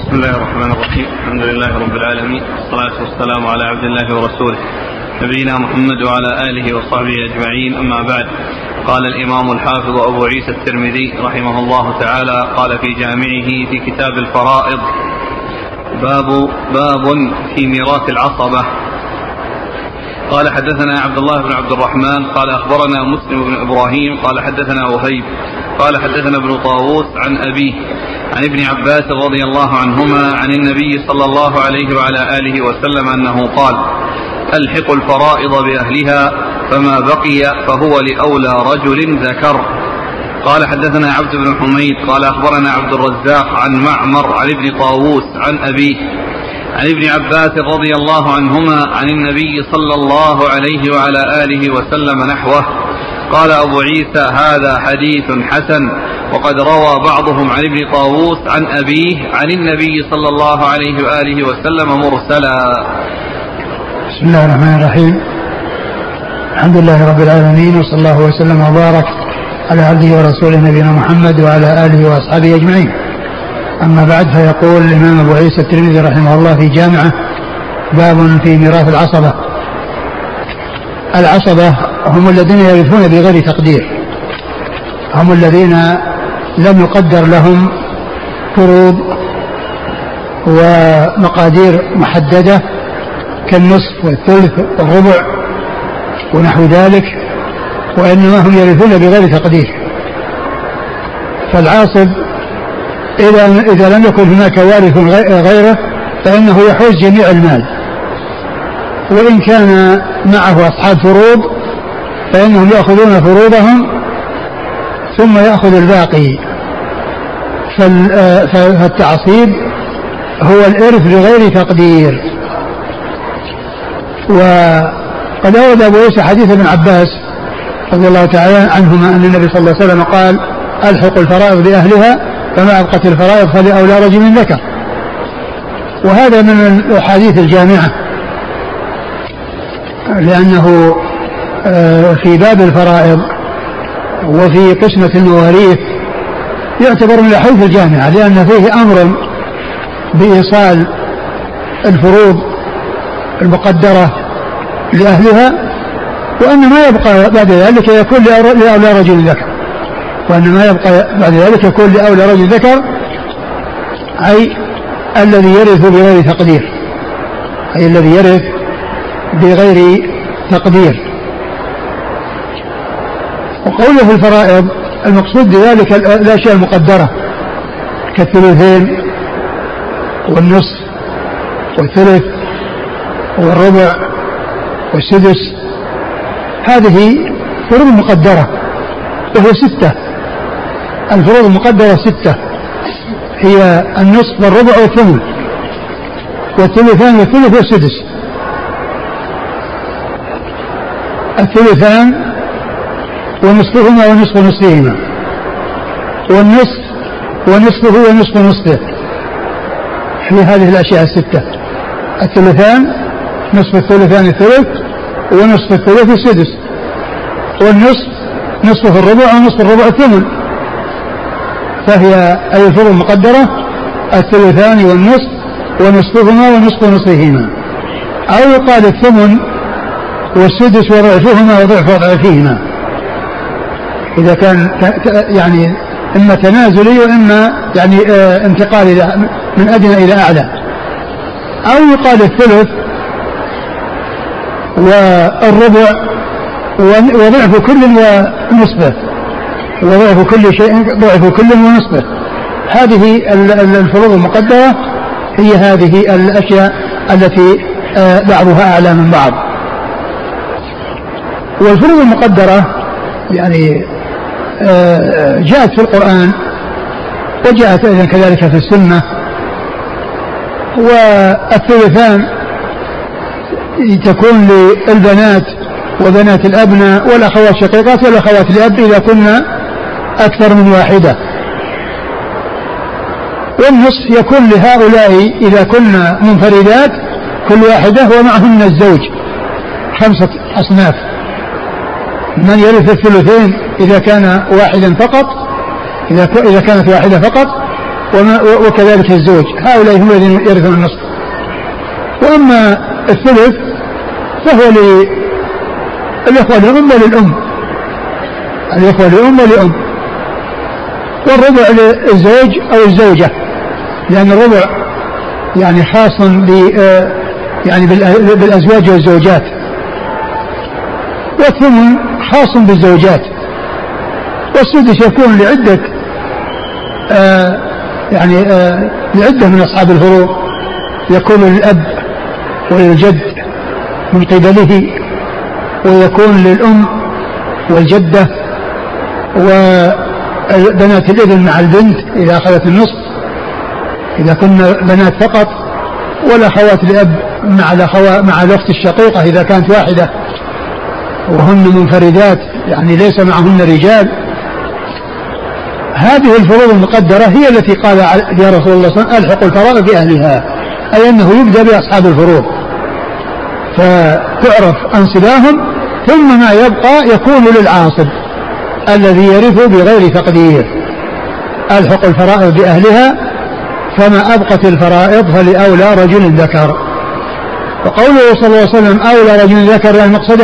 بسم الله الرحمن الرحيم. الحمد لله رب العالمين، والصلاة والسلام على عبد الله ورسوله نبينا محمد وعلى آله وصحبه أجمعين، أما بعد. قال الإمام الحافظ أبو عيسى الترمذي رحمه الله تعالى قال في جامعه في كتاب الفرائض: باب في ميراث العصبة. قال حدثنا عبد الله بن عبد الرحمن قال أخبرنا مسلم بن إبراهيم قال حدثنا وهيب قال حدثنا ابن طاووس عن أبيه عن ابن عباس رضي الله عنهما عن النبي صلى الله عليه وعلى آله وسلم أنه قال: ألحقوا الفرائض بأهلها فما بقي فهو لأولى رجل ذكر. قال حدثنا عبد بن حميد قال أخبرنا عبد الرزاق عن معمر عن ابن طاووس عن أبيه عن ابن عباس رضي الله عنهما عن النبي صلى الله عليه وعلى آله وسلم نحوه. قال أبو عيسى: هذا حديث حسن، وقد روى بعضهم عن ابن طاووس عن أبيه عن النبي صلى الله عليه وآله وسلم مرسلا. بسم الله الرحمن الرحيم. الحمد لله رب العالمين، وصلى الله وسلم وبارك على عبده ورسوله نبينا محمد وعلى آله وأصحابه أجمعين. أما بعد، فيقول الإمام أبو عيسى الترمذي رحمه الله في جامعه: باب في ميراث العصبة. العصبة هم الذين يرثون بغير تقدير، هم الذين لم يقدر لهم فروض ومقادير محددة كالنصف والثلث والربع ونحو ذلك، وإنما هم يرثون بغير تقدير. فالعاصب إذا لم يكن هناك وارث غيره فإنه يحوز جميع المال، وإن كان معه أصحاب فروض فإنهم يأخذون فروضهم ثم يأخذ الباقي. فالتعصيب هو الإرث بغير تقدير. وقد أورد أبو عيسى حديث ابن عباس رضي الله تعالى عنهما أن النبي صلى الله عليه وسلم قال: ألحقوا الفرائض بأهلها فما أبقت الفرائض فلأولى رجل ذكر. وهذا من الأحاديث الجامعة، لأنه في باب الفرائض وفي قسمة المواريث يعتبر من الأحاديث الجامعة، لأن فيه أمر بإيصال الفروض المقدرة لأهلها، وأن ما يبقى بعد ذلك يكون لأولى رجل ذكر، وأن ما يبقى بعد ذلك يكون لأولى رجل ذكر، أي الذي يرث بغير تقدير، أي الذي يرث بغير تقدير. وقوله في الفرائض المقصود بذلك الأشياء المقدرة كالثلثين والنصف والثلث والربع والسدس، هذه فروض مقدرة، وهي 6. الفروض المقدرة 6 هي النصف والربع والثمن والثلثان والثلث والسدس. الثلثان ونصفهما ونصف نصفهما، والنصف ونصفه ونصف نصفه، في هذه الأشياء 6. الثلثان نصف الثلثان الثلث، ونصف الثلث السدس، والنصف نصف الربع ونصف الربع الثمن. فهي أي الفروض المقدرة الثلثان والنصف ونصفهما ونصف نصفهما، أو يقال الثمن والسدس وضعفهما وضعف ضعفهما، إذا كان يعني إما تنازلي وإما يعني انتقال من أدنى إلى أعلى. أو يقال الثلث والربع وضعف كل ونصفه، وضعف كل شيء ضعف كل ونصفه. هذه الفروض المقدرة هي هذه الأشياء التي بعضها أعلى من بعض. والفروض المقدرة يعني جاءت في القرآن وجاءت أيضا كذلك في السنة. والثلثان تكون للبنات وبنات الأبناء والأخوات الشقيقات والأخوات الأب إذا كنا أكثر من واحدة. والنصف يكون لهؤلاء إذا كنا منفردات كل واحدة ومعهن الزوج، 5 أصناف: من يرث الثلثين إذا كان واحدا فقط، إذا كانت واحدة فقط، وكذلك الزوج، هؤلاء هم الذين يرثون النصف. وأما الثلث فهو للإخوة للأم وللأم، الإخوة للأم وللأم، والربع للزوج أو الزوجة، لأن الربع يعني خاص يعني بالأزواج والزوجات، والثمن خاص بالزوجات، والسدس يكون لعدة لعدة من أصحاب الفروض، يكون للأب وللجد من قبله، ويكون للأم والجدة وبنات الابن مع البنت إذا أخذت النصف، إذا كنا بنات فقط، والأخوات لأب مع الأخت الشقيقة إذا كانت واحدة وهن منفردات يعني ليس معهن رجال. هذه الفروض المقدرة هي التي قال يا رسول الله صلى الله عليه وسلم ألحق الفرائض بأهلها، أي أنه يبدأ بأصحاب الفروض فتعرف أنصباهم، ثم ما يبقى يكون للعاصب الذي يرث بغير تقدير. ألحق الفرائض بأهلها، فما أبقت الفرائض فلأولى رجل ذكر. وقوله صلى الله عليه وسلم أولى رجل ذكر يعني المقصد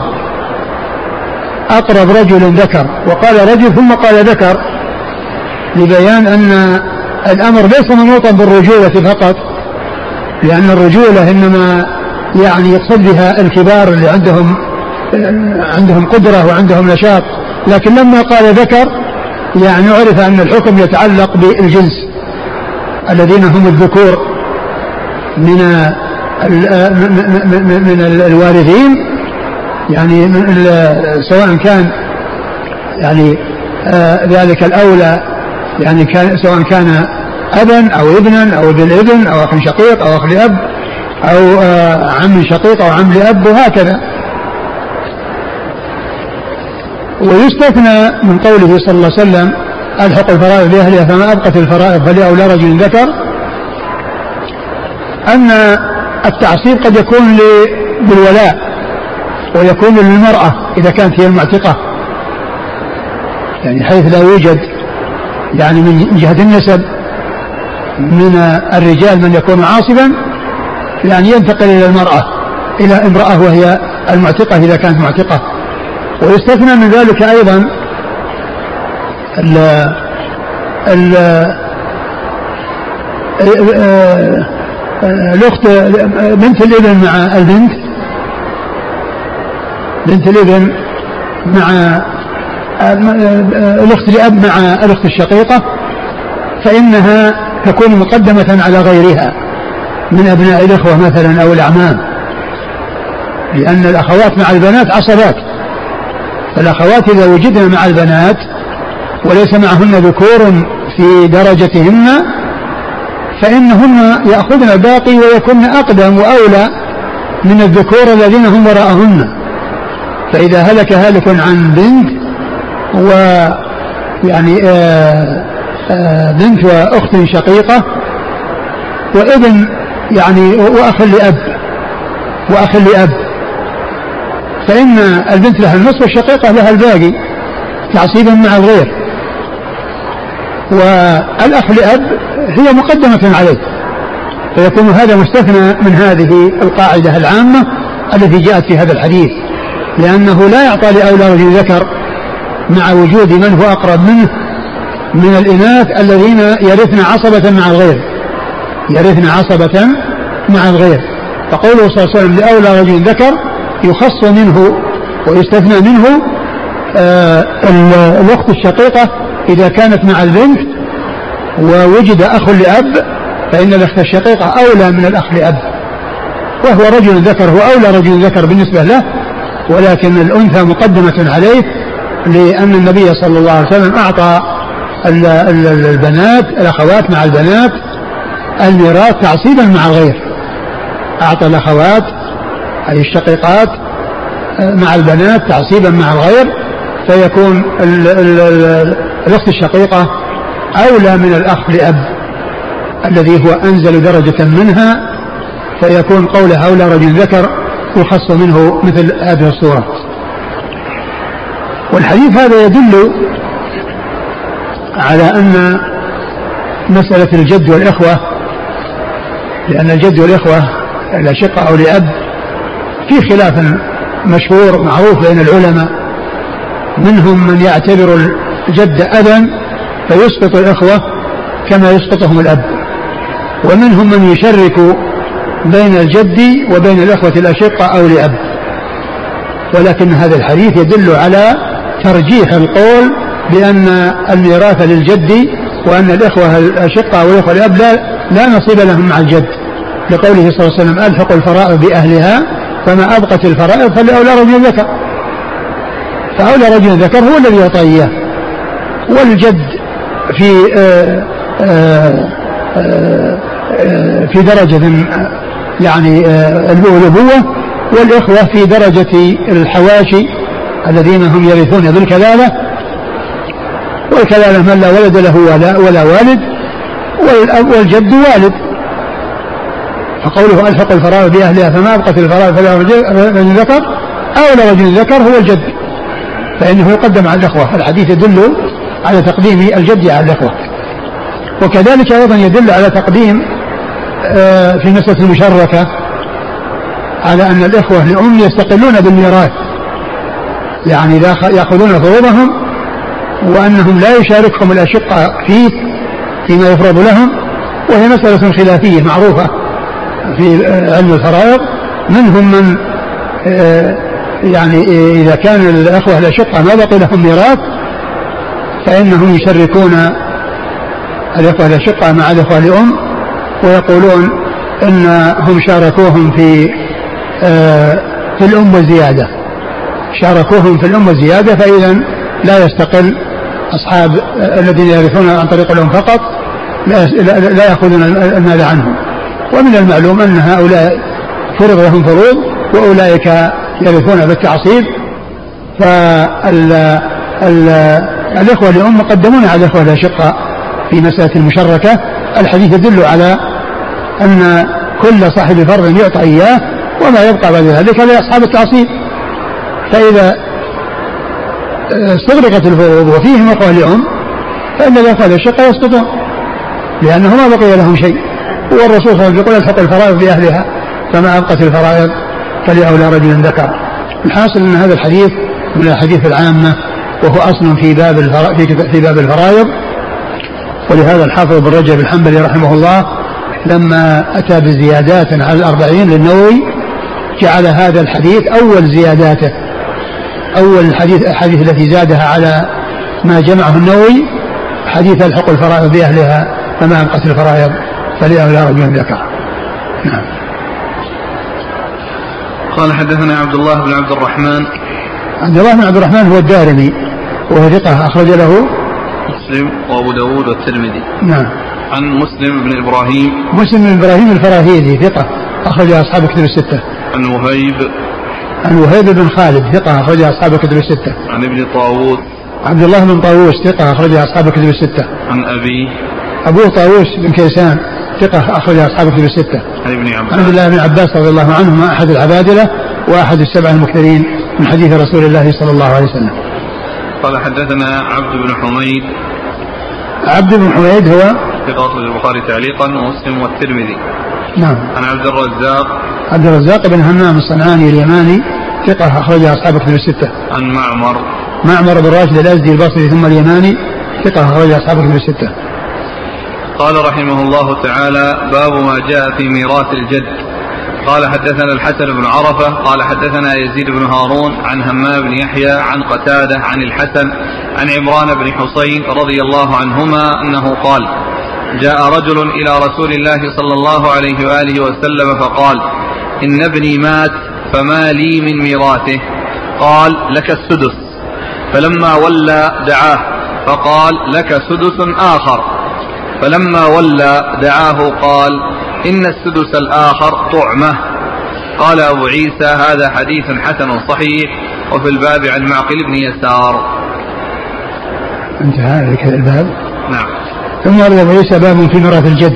أقرب رجل ذكر، وقال رجل ثم قال ذكر لبيان أن الأمر ليس منوطا بالرجولة فقط، لأن الرجولة إنما يعني يقصد بها الكبار اللي عندهم قدرة وعندهم نشاط، لكن لما قال ذكر يعني عرف أن الحكم يتعلق بالجنس الذين هم الذكور من الوارثين، يعني سواء كان يعني ذلك الأولى يعني سواء كان أبا أو ابنا أو ابن الابن أو أخ شقيق أو أخ لأب أو عم شقيق أو عم لأب وهكذا. ويستثنى من قوله صلى الله عليه وسلم ألحق الفرائض بأهلها فما أبقت الفرائض فلأولى رجل ذكر، أن التعصيب قد يكون بالولاء ويكون للمرأة إذا كانت هي المعتقة، يعني حيث لا يوجد يعني من جهة النسب من الرجال من يكون عاصبا، يعني ينتقل إلى المرأة إلى امرأة وهي المعتقة إذا كانت معتقة. ويستثنى من ذلك أيضا الأخت بنت الابن مع البنت، بنت الابن مع الأخت لأب مع الأخت الشقيقة، فإنها تكون مقدمة على غيرها من أبناء الإخوة مثلا أو الأعمام، لأن الأخوات مع البنات عصبات، فالأخوات إذا وجدن مع البنات وليس معهن ذكور في درجتهن فإنهن يأخذن الباقي ويكون أقدم وأولى من الذكور الذين هم وراءهن. فإذا هلك هالك عن بنت ويعني بنت وأخت شقيقة وابن يعني وأخ لأب فإن البنت لها النصف والشقيقة لها الباقي تعصيبا مع الغير، والأخ لأب هي مقدمة عليه، فيكون هذا مستثنى من هذه القاعدة العامة التي جاءت في هذا الحديث، لأنه لا يعطى لأولى رجل ذكر مع وجود من هو أقرب منه من الإناث الذين يرثن عصبة مع الغير، يرثن عصبة مع الغير. فقوله صلى الله عليه وسلم لأولى رجل ذكر يخص منه ويستثنى منه الأخت الشقيقة إذا كانت مع البنت ووجد أخ لأب، فإن الأخت الشقيقة أولى من الأخ لأب، وهو رجل ذكر، هو أولى رجل ذكر بالنسبة له، ولكن الأنثى مقدمة عليه، لأن النبي صلى الله عليه وسلم أعطى البنات الأخوات مع البنات الميراث تعصيبا مع الغير، أعطى الأخوات أي الشقيقات مع البنات تعصيبا مع الغير، فيكون الأخت الشقيقة أولى من الأخ لأب الذي هو أنزل درجة منها، فيكون قوله أولى رجل ذكر يخص منه مثل هذه الصورة. والحديث هذا يدل على أن مسألة الجد والإخوة، لأن الجد والإخوة الأشقة أو لأب في خلاف مشهور معروف بين العلماء، منهم من يعتبر الجد أبا فيسقط الإخوة كما يسقطهم الأب، ومنهم من يشرك بين الجد وبين الإخوة الأشقة أو لأب. ولكن هذا الحديث يدل على ترجيح القول بأن الميراث للجد، وأن الإخوة الأشقة أو الإخوة الأب لا نصيب لهم مع الجد، لقوله صلى الله عليه وسلم ألحق الفرائض بأهلها فما أبقت الفرائض فلأولى رجل ذكر، فأولى رجل ذكر هو الذي يعطى إياه. والجد في درجة يعني الأبوة، والإخوة في درجة الحواشي الذين هم يرثون بالكلالة، والكلالة من لا ولد له ولا والد، والجد والد. فقوله ألحق الفرائض بأهلها فما أبقت الفرائض فلا رجل ذكر، أولى رجل ذكر هو الجد، فإنه يقدم على الإخوة. الحديث يدل على تقديم الجد على الإخوة. وكذلك أيضا يدل على تقديم في مسألة المشركة على أن الإخوة لأم يستقلون بالميراث، يعني يأخذون فروضهم، وأنهم لا يشاركهم الأشقة فيما يفرض لهم. وهي مسألة خلافية معروفة في علم الفرائض، منهم من يعني إذا كان الأخوة الأشقة ما بقي لهم ميراث فإنهم يشركون الأخوة الأشقة مع الأخوة لأم، ويقولون إنهم شاركوهم في الأم والزيادة، شاركوهم في الأم والزيادة، فإذا لا يستقل أصحاب الذين يرثون عن طريق الأم فقط لا يأخذون المال عنهم. ومن المعلوم أن هؤلاء فرض لهم فروض وأولئك يرثون بالتعصيب، فالإخوة لأم مقدمون على الإخوة الأشقة في مسألة المشركة. الحديث يدل على أن كل صاحب فرض يعطى إياه، وما يبقى بعد ذلك لأصحاب التعصيب. فإذا استغرقت الفروض وفيهم إخوة لأم فإن الإخوة الأشقة يسقطون لأنه ما بقي لهم شيء. والرسول صلى الله عليه وسلم يقول الحق الفرائض بأهلها فما أبقت الفرائض فلأولى رجل ذكر. الحاصل أن هذا الحديث من الحديث العامة، وهو أصل في باب الفرائض. ولهذا الحافظ بن رجب الحنبلي رحمه الله لما أتى بزيادات على 40 للنووي جعل هذا الحديث أول زياداته، أول الحديث التي زادها على ما جمعه النووي حديث الحق الفرائض بأهلها فما أبقت الفرائض فلأولى رجل ذكر. نعم. قال حدثنا عبد الله بن عبد الرحمن. عبد الله بن عبد الرحمن هو الدارمي وهو ثقة أخرج له مسلم وأبو داود والترمذي. نعم. عن مسلم بن إبراهيم. مسلم بن إبراهيم الفراهيدي ثقة أخرج أصحاب كتب الستة. عن وهيب بن خالد ثقة أخرج أصحاب كتب الستة. عن ابن طاووس. عبد الله بن طاووس ثقة أخرج أصحاب كتب الستة. عن أبوه طاووس بن كيسان ثقة أخرج أصحاب كتب الستة. عن عبد الله بن عباس رضي الله عنهما أحد العبادلة وأحد السبع المكثرين من حديث رسول الله صلى الله عليه وسلم. قال حدثنا عبد بن حميد. عبد بن حميد هو ثقة البخاري تعليقا ومسلم والترمذي. نعم. عن عبد الرزاق بن همام الصنعاني اليماني ثقة أخرج أصحاب كتب الستة. عن معمر بن راشد الأزدي البصري ثم اليماني ثقة أخرج أصحاب كتب الستة. قال رحمه الله تعالى: باب ما جاء في ميراث الجد. قال حدثنا الحسن بن عرفة قال حدثنا يزيد بن هارون عن همام بن يحيى عن قتادة عن الحسن عن عمران بن حصين رضي الله عنهما أنه قال: جاء رجل إلى رسول الله صلى الله عليه وآله وسلم فقال: إن ابني مات فما لي من ميراثه؟ قال: لك السدس. فلما ولى دعاه فقال: لك سدس آخر. فلما ولى دعاه قال: إن السدس الآخر طعمة. قال أبو عيسى: هذا حديث حسن صحيح. وفي الباب عن معقل بن يسار. انتهى ذكر الباب. نعم. ثم ورد أبو عيسى باب في ميراث الجد.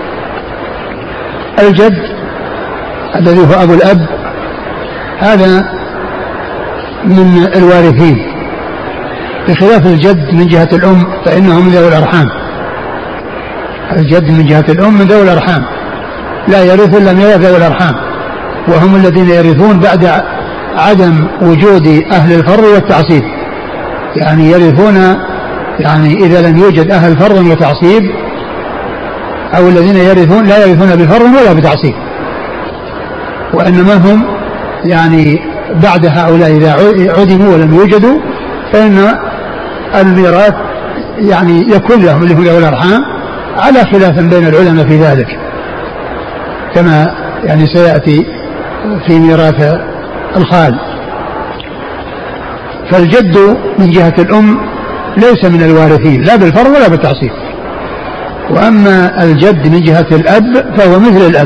الجد الذي هو أبو الأب هذا من الوارثين، بخلاف الجد من جهة الأم فإنه من ذوي الأرحام. الجد من جهة الأم من ذوي الأرحام، لا يرث إلا ميراث ذوي الأرحام، وهم الذين يرثون بعد عدم وجود أهل الفر والتعصيب. يعني يرثون، يعني إذا لم يوجد أهل فر وتعصيب، أو الذين يرثون لا يرثون بفر ولا بتعصيب، وإنما هم يعني بعد هؤلاء إذا عدموا ولم يوجدوا فإن الميراث يعني يكون لهم اللي هو ذوي الأرحام، على خلاف بين العلماء في ذلك كما يعني سيأتي في ميراث الخال. فالجد من جهة الأم ليس من الوارثين لا بالفر ولا بالتعصيب. وأما الجد من جهة الأب فهو مثل الأب،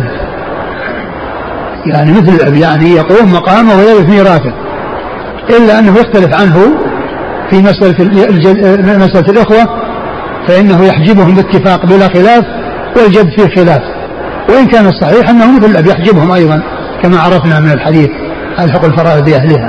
يعني مثل الأب، يعني يقوم مقامه ويرث ميراثه، إلا أنه يختلف عنه في مسألة الإخوة، فإنه يحجبهم باتفاق بلا خلاف، والجد فيه خلاف، وإن كان الصحيح أنه مثل الأب يحجبهم أيضا كما عرفنا من الحديث ألحق الفرائض بأهلها.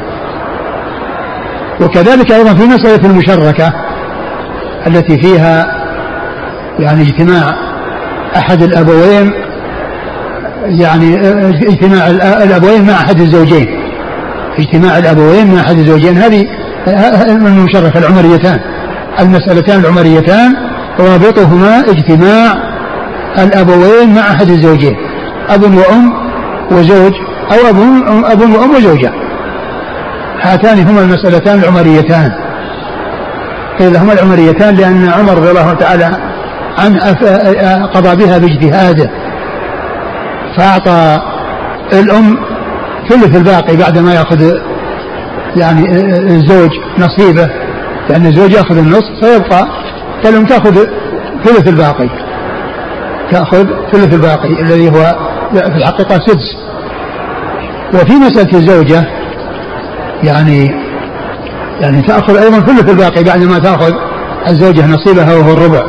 وكذلك أيضا في مسألة المشركة التي فيها يعني اجتماع أحد الأبوين، يعني اجتماع الأبوين مع أحد الزوجين، اجتماع الأبوين مع أحد الزوجين، هذه المشركة العمريتان، المسألتان العمريتان رابطهما اجتماع الأبوين مع أحد الزوجين، أب وأم وزوج، أو أب وأم وزوجة، هاتان هما المسألتان العمريتان. قيل هما العمريتان لأن عمر رضي الله تعالى عنه قضى بها باجتهاده، فأعطى الأم ثلث الباقي بعد ما يأخذ يعني الزوج نصيبه، لأن الزوج يأخذ النصف فيبقى، فالأم تأخذ ثلث الباقي، تأخذ ثلث الباقي الذي هو في الحقيقة سدس. وفي مسألة الزوجة يعني تأخذ أيضا ثلث الباقي بعد ما تأخذ الزوجة نصيبها وهو الربع،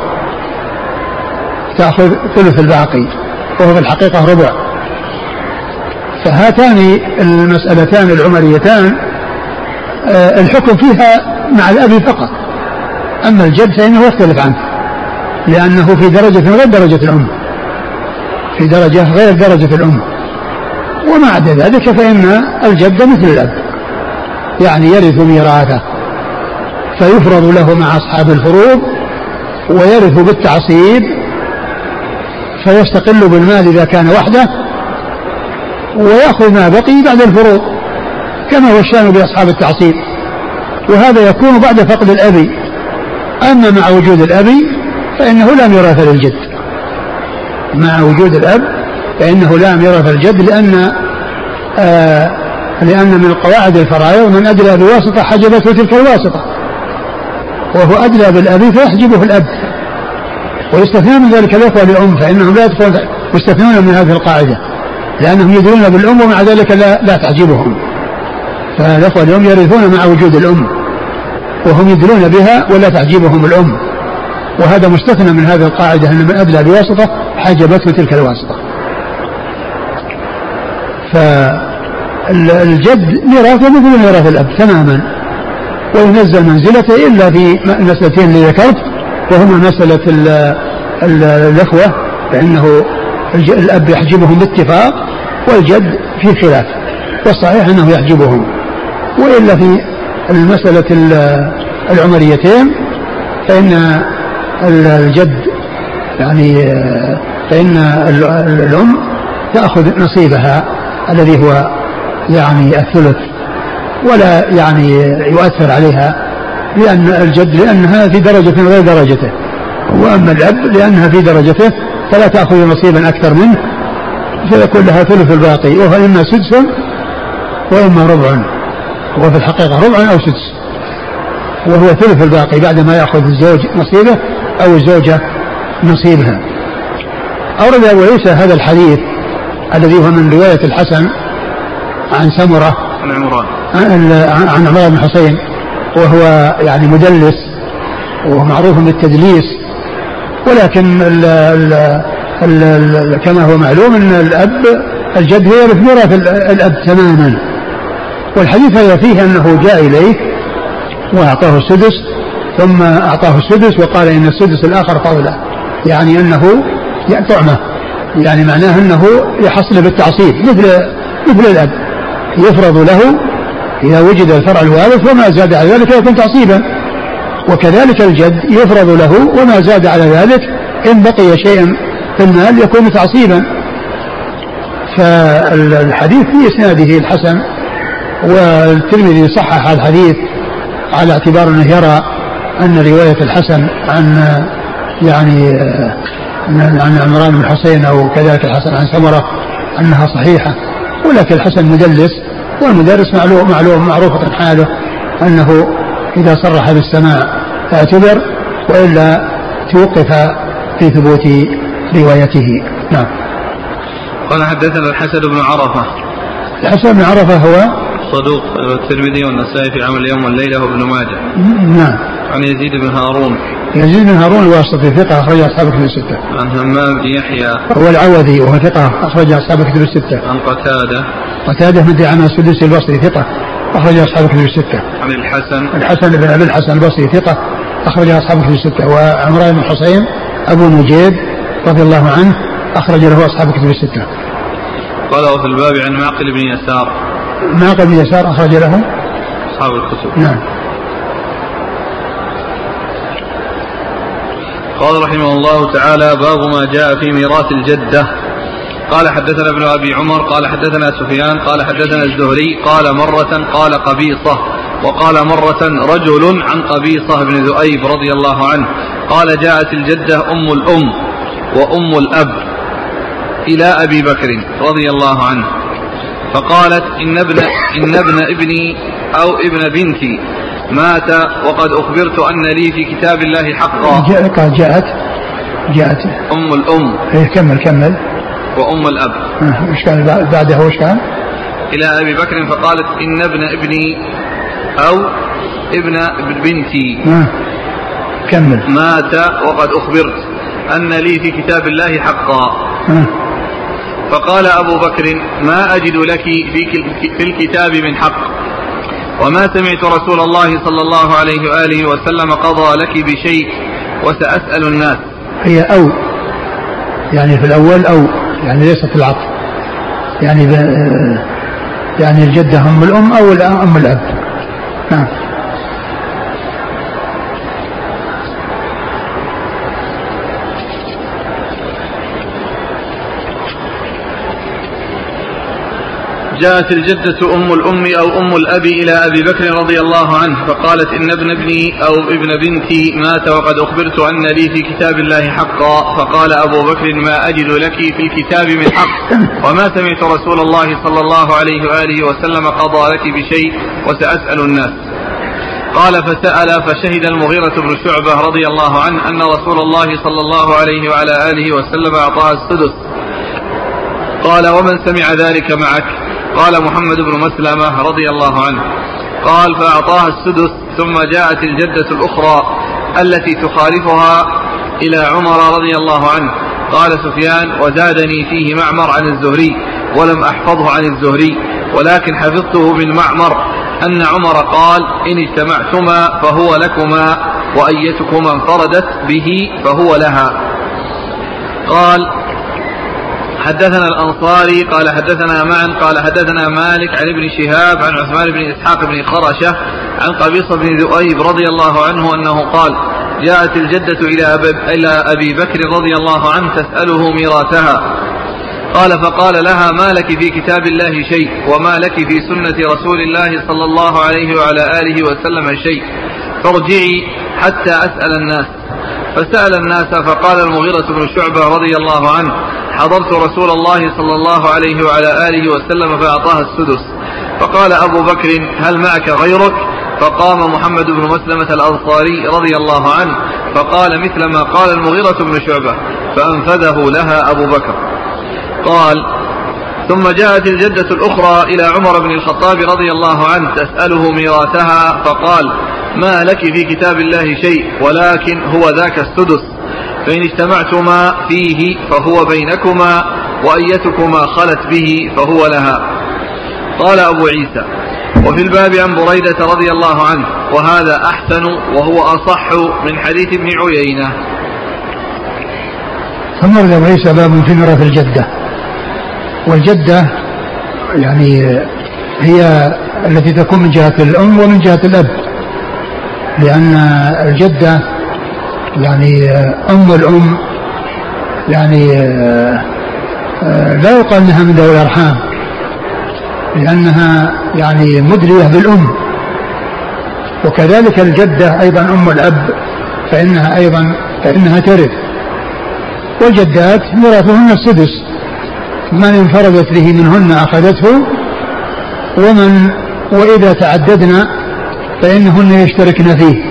تأخذ ثلث الباقي وهو في الحقيقة ربع. فهاتان المسألتان العمريتان الحكم فيها مع الأب فقط، أما الجد فإنه يختلف عنه لأنه في درجة غير درجة الأم، في درجة غير درجة الأم. وما عدا ذلك فإن الجد مثل الأب، يعني يرث ميراثه فيفرض له مع أصحاب الفروض، ويرث بالتعصيب فيستقل بالمال إذا كان وحده، ويأخذ ما بقي بعد الفروض كما هو الشأن بأصحاب التعصيب، وهذا يكون بعد فقد الأب. أما مع وجود الأب فإنه لا ميراث للجد، مع وجود الأب فإنه لا ميراث للجد، لأن من قواعد الفرائض من أدلى بواسطة حجبته تلك الواسطة، وهو أدلى بالأب فيحجبه الأب. ويستثنون من ذلك الأخوة لأم، فإنهم لا يدخلون، يستثنون من هذه القاعدة لأنهم يدلون بالأم ومع ذلك لا تعجبهم. فالأخوة لأم يرثون مع وجود الأم، وهم يدلون بها ولا تعجبهم الأم، وهذا مستثنى من هذه القاعدة أن من أدلى بواسطة حجبته تلك الواسطة. فالجد ميراثه مثل ميراث الأب تماما، وينزل منزلته إلا في المسألتين اللي ذكرت، وهما مسألة الأخوة فإنه الأب يحجبهم باتفاق، والجد في خلاف، والصحيح أنه يحجبهم. وإلا في المسألة العمريتين فإن الجد يعني فإن الأم تأخذ نصيبها الذي هو يعني الثلث، ولا يعني يؤثر عليها لأن الجد لأنها في درجة غير درجته، وأما الأب لأنها في درجته فلا تأخذ نصيبا أكثر منه، فيكون لها ثلث الباقي، وهو إما سدس وإما ربع، هو في الحقيقة ربع أو سدس، وهو ثلث الباقي بعد ما يأخذ الزوج نصيبه أو الزوجة نصيبها. أورد أبو عيسى هذا الحديث الذي هو من رواية الحسن عن سمرة عن عمران بن حسين، وهو يعني مدلس وهو معروف بالتدليس، ولكن كما هو معلوم أن الجد هو يرث ميراث الأب تماما. والحديث هذا فيه أنه جاء إليه وأعطاه السدس، ثم أعطاه السدس وقال إن السدس الآخر فضله، يعني أنه طعمة، يعني معناه أنه يحصل بالتعصيب مثل الأب، يفرض له إذا وجد الفرع الوارث وما زاد على ذلك يكون تعصيبا، وكذلك الجد يفرض له وما زاد على ذلك إن بقي شيئا في المال يكون تعصيبا. فالحديث في إسناده الحسن، والترمذي صحح الحديث على اعتبار أنه يرى أن رواية الحسن عن عمران بن حسين أو كذلك الحسن عن سمرة أنها صحيحة، ولكن الحسن مدلس، والمدرس معروفة حاله أنه إذا صرح بالسماع اعتبر، وإلا توقف في ثبوت روايته. نعم. قال حدثنا الحسن بن عرفة. الحسن بن عرفة هو صدوق، الترمذي والنسائي في عمل اليوم والليلة وابن ماجه. نعم. عن يزيد بن هارون. يزيد بن هارون الواسطي ثقة أخرج أصحاب كتب الستة. عن همام بن يحيى هو العوذي وهو ثقة أخرج أصحاب كتب الستة. عن قتادة بن دعامة السدوسي البصري ثقة أخرج أصحاب كتب الستة. عن الحسن بن أبي الحسن البصري ثقة أخرج أصحاب كتب الستة. وعمران بن حسين أبو نجيب رضي الله عنه أخرج له أصحاب كتب الستة. قال وفي الباب عن معقل بن يسار. معقل بن يسار أخرج له أصحاب الكتب. نعم. قال رحمه الله تعالى باب ما جاء في ميراث الجدة. قال حدثنا ابن أبي عمر قال حدثنا سفيان قال حدثنا الزهري قال مرة قال قبيصة وقال مرة رجل عن قبيصة بن ذؤيب رضي الله عنه قال جاءت الجدة أم الأم وأم الأب إلى أبي بكر رضي الله عنه فقالت إن ابن ابني أو ابن بنتي مات وقد أخبرت أن لي في كتاب الله حقا. جاءت أم الأم. كمل. وأم الأب. وش كان بعدها وش كان؟ إلى أبي بكر فقالت إن ابن ابني أو ابن بنتي كمل مات وقد أخبرت أن لي في كتاب الله حقا. فقال أبو بكر ما أجد لك في الكتاب من حق وما سمعت رسول الله صلى الله عليه وآله وسلم قضى لك بشيء وسأسأل الناس. هي أو يعني في الأول أو يعني ليست العطف، يعني الجدة أم الأم أو أم الأب. نعم. جاءت الجدة أم الأم أو أم الأب إلى أبي بكر رضي الله عنه فقالت إن ابن ابني أو ابن بنتي مات وقد أخبرت أن لي في كتاب الله حقا. فقال أبو بكر ما أجد لك في الكتاب من حق وما سمعت رسول الله صلى الله عليه وآله وسلم قضى لك بشيء وسأسأل الناس. قال فسأل فشهد المغيرة بن شعبة رضي الله عنه أن رسول الله صلى الله عليه وعلى آله وسلم أعطاها السدس. قال ومن سمع ذلك معك؟ قال محمد بن مسلمة رضي الله عنه. قال فأعطاها السدس. ثم جاءت الجدة الأخرى التي تخالفها إلى عمر رضي الله عنه. قال سفيان وزادني فيه معمر عن الزهري ولم أحفظه عن الزهري ولكن حفظته من معمر أن عمر قال إن اجتمعتما فهو لكما وأيتكما انفردت به فهو لها. قال حدثنا الأنصاري قال حدثنا معا قال حدثنا مالك عن ابن شهاب عن عثمان بن إسحاق بن خرشة عن قبيصة بن ذؤيب رضي الله عنه أنه قال جاءت الجدة إلى أبي بكر رضي الله عنه تسأله ميراثها. قال فقال لها ما لك في كتاب الله شيء وما لك في سنة رسول الله صلى الله عليه وعلى آله وسلم شيء فارجعي حتى أسأل الناس. فسأل الناس فقال المغيرة بن شعبة رضي الله عنه حضرت رسول الله صلى الله عليه وعلى آله وسلم فأعطاها السدس. فقال أبو بكر هل معك غيرك؟ فقام محمد بن مسلمة الأنصاري رضي الله عنه فقال مثل ما قال المغيرة بن شعبة فأنفذه لها أبو بكر. قال ثم جاءت الجدة الأخرى إلى عمر بن الخطاب رضي الله عنه تسأله ميراثها فقال ما لك في كتاب الله شيء ولكن هو ذاك السدس فإن اجتمعتما فيه فهو بينكما وأيتكما خلت به فهو لها. قال أبو عيسى وفي الباب عن بريدة رضي الله عنه وهذا أحسن وهو أصح من حديث ابن عيينة. ثم ورد أبو عيسى باب في ميراث الجدة. والجدة يعني هي التي تكون من جهة الأم ومن جهة الأب، لأن الجدة يعني أم الأم يعني لا يقال أنها من ذوي الأرحام، لأنها يعني مدرية بالأم. وكذلك الجدة أيضا أم الأب فإنها ترث. والجدات ميراثهن السدس، من انفردت به منهن أخذته، وإذا تعددنا فإنهن يشتركن فيه،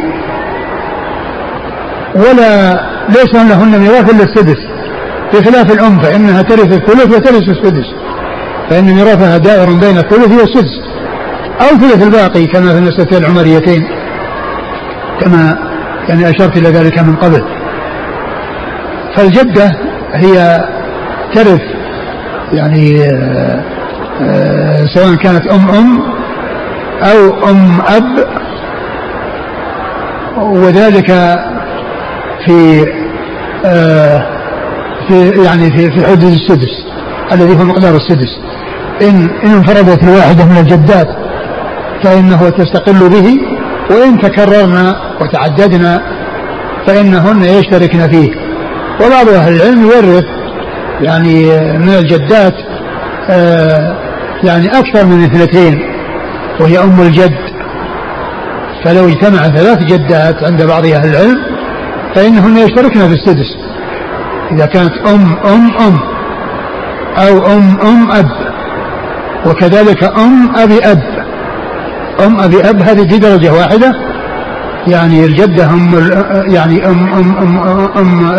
ولا ليس لهن ميراث إلا السدس، بخلاف الأم فإنها ترث الثلث وترث السدس، فإن ميراثها دائر بين الثلث والسدس أو ثلث الباقي كما في المسألتين العمريتين، كما يعني أشرت إلى ذلك من قبل. فالجدة هي ترث يعني سواء كانت أم أو أم أب، وذلك في يعني في حدود السدس الذي هو مقدار السدس. إن انفردت الواحدة من الجدات فإنه تستقل به، وإن تكررنا وتعددنا فإنهن يشتركن فيه. وبعض أهل العلم يورث يعني من الجدات يعني أكثر من 2، وهي أم الجد. فلو اجتمع 3 جدات عند بعض أهل العلم فإنهن يشتركن في السدس إذا كانت أم أو أم أب، وكذلك أم أبي أب هذه في درجة واحدة، يعني الجدة يعني أم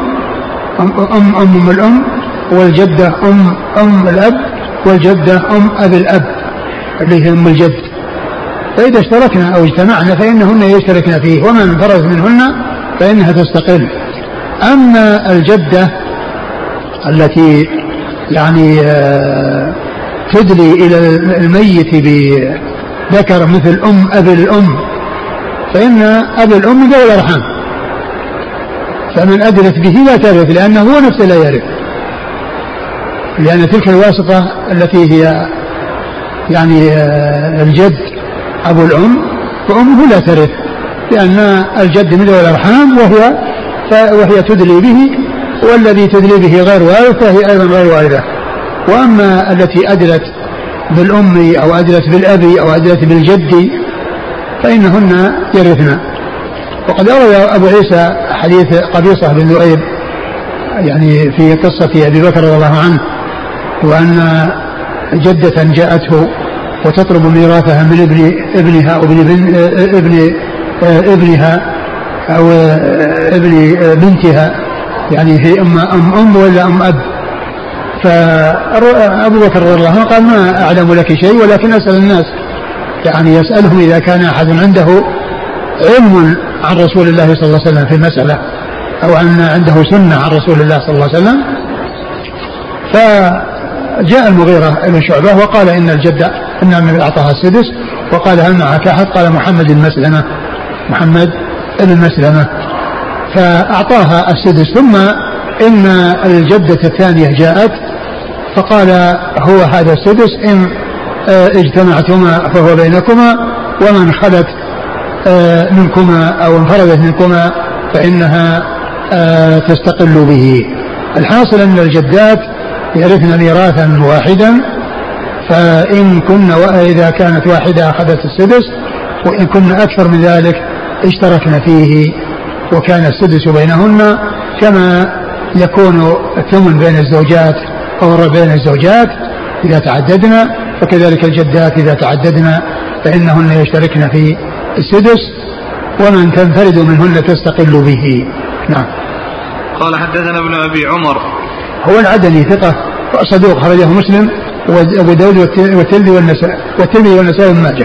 الأم، والجدة أم الأب، والجدة أم أبي الأب اللي هي أم الجد. فإذا اشتركنا أو اجتمعنا فإنهن يشتركن فيه، ومن انفرد منهن فإنها تستقل. أما الجدة التي يعني تدلي إلى الميت بذكر مثل أبي الأم، فإن أبي الأم ذوي الأرحام، فمن أدلت به لا ترث، لأنه هو نفسه لا يرث، لأن تلك الواسطة التي هي يعني الجد أبو الأم فأمه لا ترث، لأن الجد من ذوي الأرحام وهي تدلي به، والذي تدلي به غير وارث فهي أيضا غير وارثة. وأما التي أدلت بالأم أو أدلت بالأبي أو أدلت بالجد فإنهن يرثن. وقد روى أبو عيسى حديث قبيصة بن ذؤيب يعني في قصة أبي بكر رضي الله عنه، وأن جدة جاءته وتطلب ميراثها من ابنها أو ابن ابنها أو ابن بنتها، يعني هي أم ولا أم أب. فأبو بكر رضي الله عنه قال ما أعلم لك شيء، ولكن أسأل الناس، يعني يسألهم إذا كان أحد عنده علم عن رسول الله صلى الله عليه وسلم في المسألة، أو أن عنده سنة عن رسول الله صلى الله عليه وسلم. فجاء المغيرة بن شعبة وقال إن الجدة إنما أعطاها السدس، وقال هل معك أحد؟ قال محمد بن مسلمة، فأعطاها السدس. ثم إن الجدة الثانية جاءت فقال هو هذا السدس، إن اجتمعتما فهو بينكما، ومن خلت منكما أو انفردت منكما فإنها تستقل به. الحاصل أن الجدات يرثن ميراثا واحدا، إذا كانت واحدة أخذت السدس، وإن كن أكثر من ذلك اشتركن فيه، وكان السدس بينهن كما يكون الثمن بين الزوجات أو الربع بين الزوجات إذا تعددنا، وكذلك الجدات إذا تعددنا فإنهن يشتركن في السدس، ومن تنفرد منهن تستقل به. نعم. قال حدثنا ابن أبي عمر هو العدني ثقة صدوق، خرجه مسلم وأبو داود والترمذي والنسائي وابن ماجه.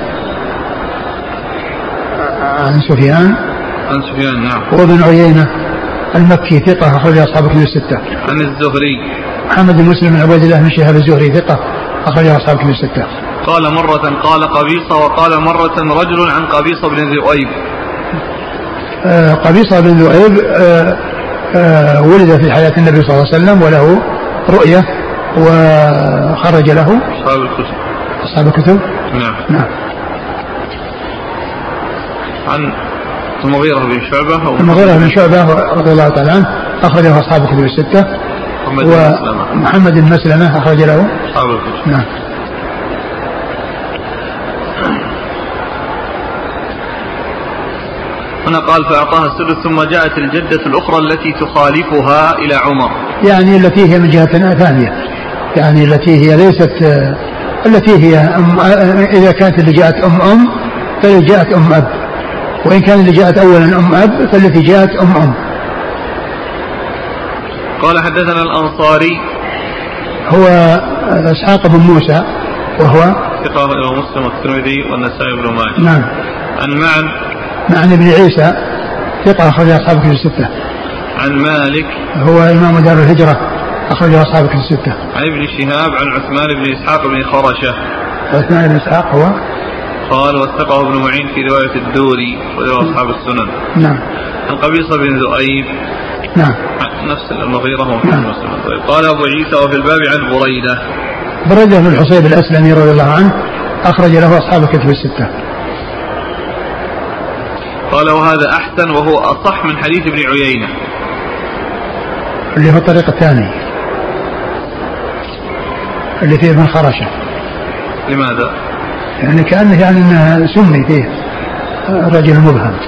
عن سفيان نعم. وابن عيينة المكي ثقة، أخرج أصحاب كتب الستة. عن الزهري محمد بن مسلم بن عبيد الله بن شهاب الزهري ثقة، أخرج أصحاب كتب الستة. قال مرة قال قبيصة، وقال مرة رجل عن قبيصة بن ذؤيب. قبيصة بن ذؤيب ولد في حياة النبي صلى الله عليه وسلم وله رؤية وخرج له أصحاب الكتب. نعم. عن المغيرة بن شعبة. المغيرة بن شعبة رضي الله تعالى عنه أخرجه أصحاب الكتب الستة. ومحمد بن مسلمة أخرج له أصحاب الكتب. نعم. هنا قال فأعطاها السدس ثم جاءت الجدة الأخرى التي تخالفها إلى عمر، يعني التي هي من جهة ثانية، يعني التي هي ليست التي هي إذا كانت اللي جاءت أم فالتي جاءت أم أب، وإن كان اللي جاءت أولا أم أب فالتي جاءت أم. قال حدثنا الأنصاري هو إسحاق بن موسى وهو ثقة مسلم والترمذي والنسائي بن ماجه. نعم. عن معن بن عيسى ثقة أخرج أصحاب الكتب الستة. عن مالك هو إمام دار الهجرة أخرج أصحاب الكتب الستة. عن ابن شهاب عن عثمان بن إسحاق بن خرشة. عثمان بن إسحاق هو قال وثقه ابن معين في رواية الدوري ورواه أصحاب السنن. نعم. عن قبيصة بن ذؤيب. نعم. نفس المغيرة هو في مسلم. قال أبو عيسى وفي الباب عن بريدة بن الحصيب الأسلمي رضي الله عنه أخرج له أصحاب الكتب الستة. قال وهذا أحسن وهو أصح من حديث ابن عيينة اللي هو الطريق الثاني اللي فيه ابن خرشة. لماذا؟ يعني كأنه يعني أنه سمي فيه رجل مبهم.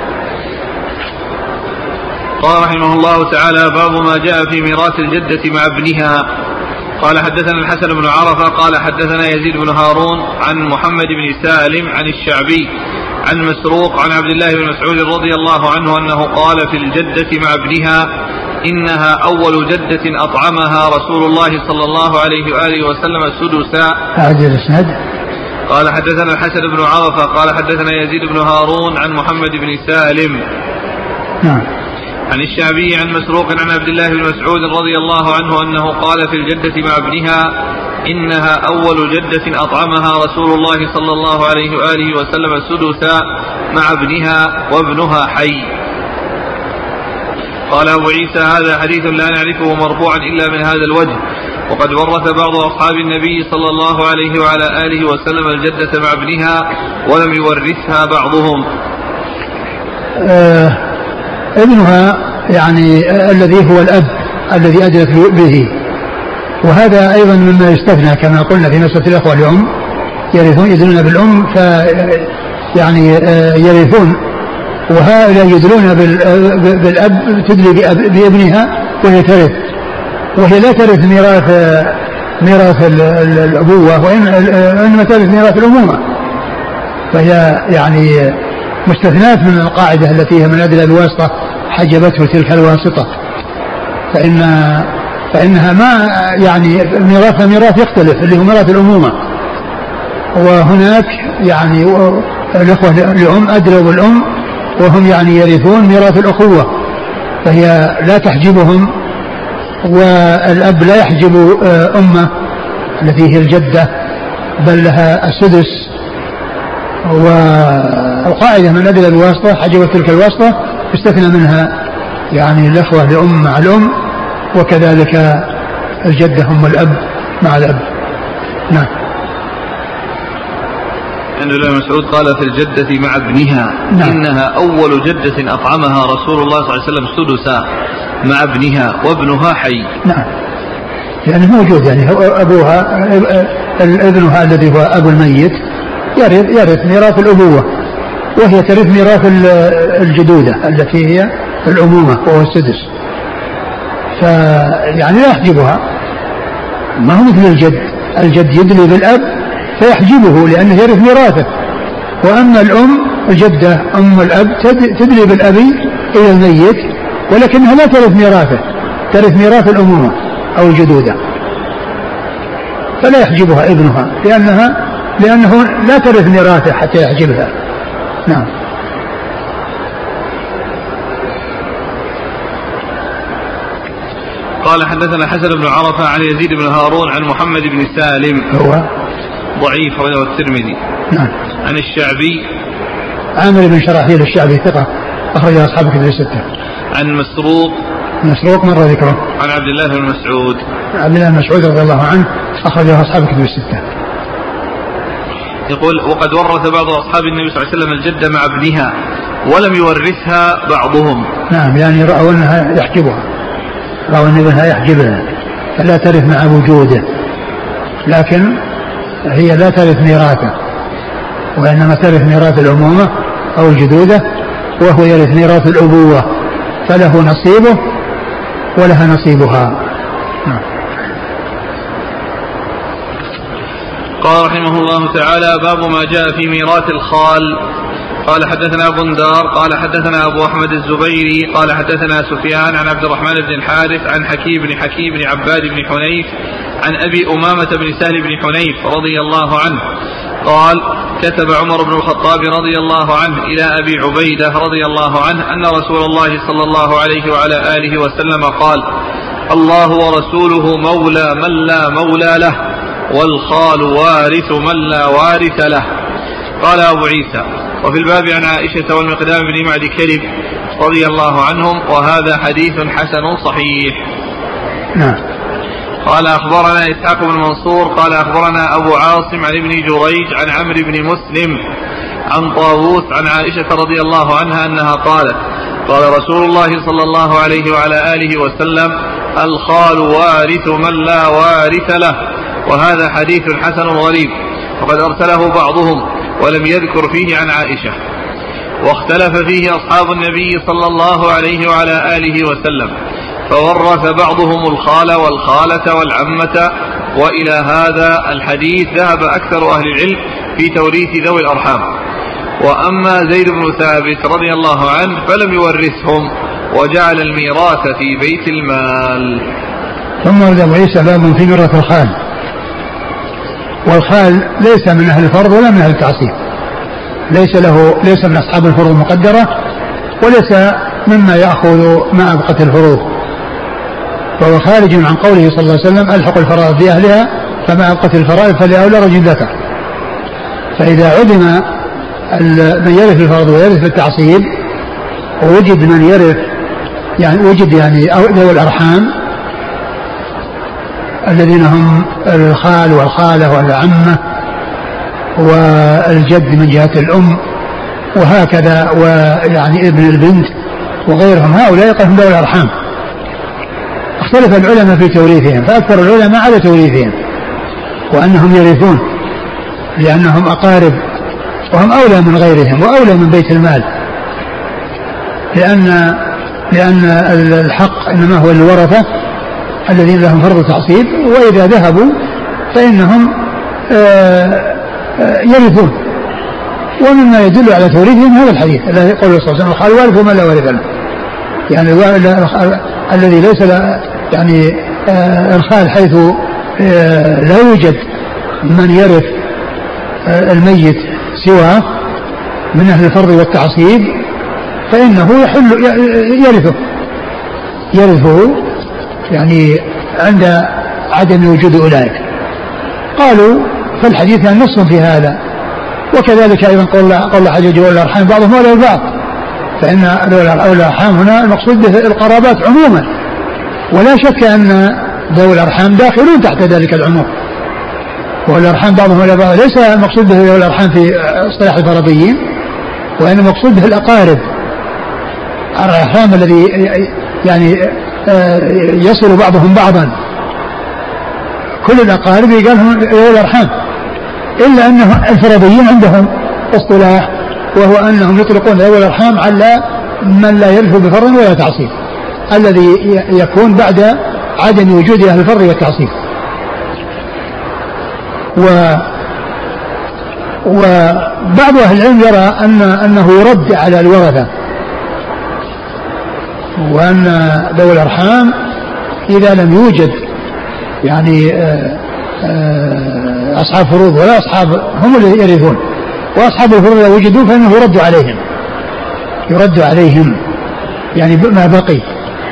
قال رحمه الله تعالى باب ما جاء في ميراث الجدة مع ابنها. قال حدثنا الحسن بن عرفة قال حدثنا يزيد بن هارون عن محمد بن سالم عن الشعبي عن مسروق عن عبد الله بن مسعود رضي الله عنه أنه قال في الجدة مع ابنها إنها أول جدة أطعمها رسول الله صلى الله عليه وآله وسلم سدسا. قال حدثنا الحسن بن عرفة قال حدثنا يزيد بن هارون عن محمد بن سالم عن الشعبي عن مسروق عن عبد الله بن مسعود رضي الله عنه أنه قال في الجدة مع ابنها إنها أول جدة أطعمها رسول الله صلى الله عليه وآله وسلم سدسا مع ابنها وابنها حي. قال أبو عيسى هذا حديث لا نعرفه مرفوعا إلا من هذا الوجه، وقد ورث بعض أصحاب النبي صلى الله عليه وعلى آله وسلم الجدة مع ابنها ولم يورثها بعضهم. ابنها يعني الذي هو الأب الذي أدرك به، وهذا أيضا مما يستثنى كما قلنا في مسألة الأخوة الأم يدلون بالأم يعني يرثون، وهؤلاء يدلون بالأب تدلي بابنها وهي ترث، وهي لا ترث ميراث الأبوة وإنما ترث ميراث الأمومة، فهي يعني مستثنات من القاعدة التي هي من أدلة الواسطة حجبته تلك الواسطة، فإنها ما يعني ميراثها ميراث يختلف اللي هو ميراث الأمومة، وهناك يعني الأخوة الأم أدلوا بالأم وهم يعني يرثون ميراث الأخوة، فهي لا تحجبهم، والأب لا يحجب أمه التي هي الجدة بل لها السدس، والقاعدة من أدلة الواسطة حجبت تلك الواسطة استثنى منها يعني الأخوة لأم مع الأم، وكذلك الجدة هم الأب مع الأب. نعم. عند ابن مسعود قال في الجدة مع ابنها إنها أول جدة أطعمها رسول الله صلى الله عليه وسلم سدسا مع ابنها وابنها حي. نعم، يعني موجود يعني أبوها ابنها الذي هو أبو الميت يرث ميراث الأبوة، وهي ترث ميراث الجدودة التي هي الأمومة وهو السدس، فيعني لا يحجبها، ما هو مثل الجد يدلي بالأب فيحجبه لأنه يرث ميراثه، وأما الأم الجدة أم الأب تدلي بالأب إلى الميت ولكنها لا ترث ميراثه، ترث ميراث الأمومة أو الجدودة، فلا يحجبها ابنها لأنه لا ترث ميراثه حتى يحجبها. نعم. قال حدثنا حسن بن عرفة عن يزيد بن هارون عن محمد بن سالم هو ضعيف رواه الترمذي. نعم. عن الشعبي عامر بن شراحيل الشعبي ثقة أخرج أصحاب الكتب الستة. عن مسروق مسروق مر ذكره. عن عبد الله بن مسعود. عبد الله بن مسعود رضي الله عنه أخرجه أصحاب الكتب الستة. يقول وقد ورث بعض أصحاب النبي صلى الله عليه وسلم الجدة مع ابنها ولم يورثها بعضهم. نعم يعني رأوا أنها يحجبها، رأوا أن ابنها يحجبها فلا ترث مع وجوده، لكن هي لا ترث ميراثه، وإنما ترث ميراث الأمومة أو الجدودة، وهو يرث ميراث الأبوة، فله نصيبه ولها نصيبها. قال رحمه الله تعالى باب ما جاء في ميراث الخال. قال حدثنا بندار قال حدثنا أبو أحمد الزبيري قال حدثنا سفيان عن عبد الرحمن بن الحارث عن حكيم بن عباد بن حنيف عن أبي أمامة بن سهل بن حنيف رضي الله عنه قال كتب عمر بن الخطاب رضي الله عنه إلى أبي عبيدة رضي الله عنه أن رسول الله صلى الله عليه وعلى آله وسلم قال الله ورسوله مولى من لا مولى له والخال وارث من لا وارث له. قال أبو عيسى وفي الباب عن عائشة والمقدام بن معد كرب رضي الله عنهم وهذا حديث حسن صحيح. نعم. قال أخبرنا إسحاق بن منصور قال أخبرنا أبو عاصم عن ابن جريج عن عمرو بن مسلم عن طاووس عن عائشة رضي الله عنها أنها قالت قال رسول الله صلى الله عليه وعلى آله وسلم الخال وارث من لا وارث له، وهذا حديث حسن غريب وقد أرسله بعضهم ولم يذكر فيه عن عائشة، واختلف فيه أصحاب النبي صلى الله عليه وعلى آله وسلم، فورث بعضهم الخال والخالة والعمة، وإلى هذا الحديث ذهب أكثر أهل العلم في توريث ذوي الأرحام. وأما زيد بن ثابت رضي الله عنه فلم يورثهم وجعل الميراث في بيت المال. ثم ورد أبو عيسى باب في ميراث الخال، والخال ليس من أهل الفرض ولا من أهل التعصيب، ليس من أصحاب الفروض المقدرة، وليس مما يأخذ ما أبقت الفروض، فهو خارج عن قوله صلى الله عليه وسلم ألحق الفرائض بأهلها فما أبقت الفرائض فلأولى رجل ذكر. فإذا عدم من يرث الفرض ويرث التعصيب ووجد من يرث وجد ذوي الأرحام الذين هم الخال والخالة والعمة والجد من جهة الأم وهكذا، ابن البنت وغيرهم، هؤلاء يقفون ذوي الأرحام. اختلف العلماء في توريثهم، فأكثر العلماء على توريثهم وأنهم يرثون لأنهم أقارب وهم أولى من غيرهم وأولى من بيت المال، لأن الحق إنما هو الورثة الذين لهم فرض تعصيب، وإذا ذهبوا فإنهم يرثون. ومما يدل على توريثهم هذا الحديث الذي قال صلى الله عليه وسلم الخال وارث من لا وارث له، يعني الذي ليس الخال حيث لا يوجد من يرث الميت سواه من أهل الفرض والتعصيب فإنه يرثه يعني عند عدم وجود أولئك. قالوا فالحديث نص في هذا، وكذلك أيضا قول حجج أولي الأرحام بعضهم أولى البعض، فإن أولي الأرحام هنا المقصود به القرابات عموما، ولا شك أن ذوي الأرحام داخلون تحت ذلك العموم، وأولي الأرحام بعضهم أولى البعض ليس المقصود به ذوي الأرحام في اصطلاح الفرضيين، وإنما المقصود به الأقارب الأرحام الذي يصل بعضهم بعضا، كل الأقارب يقالهم ذوي الأرحام، إلا أنه الفرضيين عندهم اصطلاح وهو أنهم يطلقون ذوي الأرحام على من لا يرث بفرض ولا تعصيب، الذي يكون بعد عدم وجود أهل الفرض والتعصيب. وبعض أهل العلم يرى أنه يرد على الورثة، وأن ذوي الأرحام إذا لم يوجد أصحاب فروض ولا أصحاب هم اللي يرثون، وأصحاب الفروض لو وجدوا فإنه يرد عليهم ما بقي.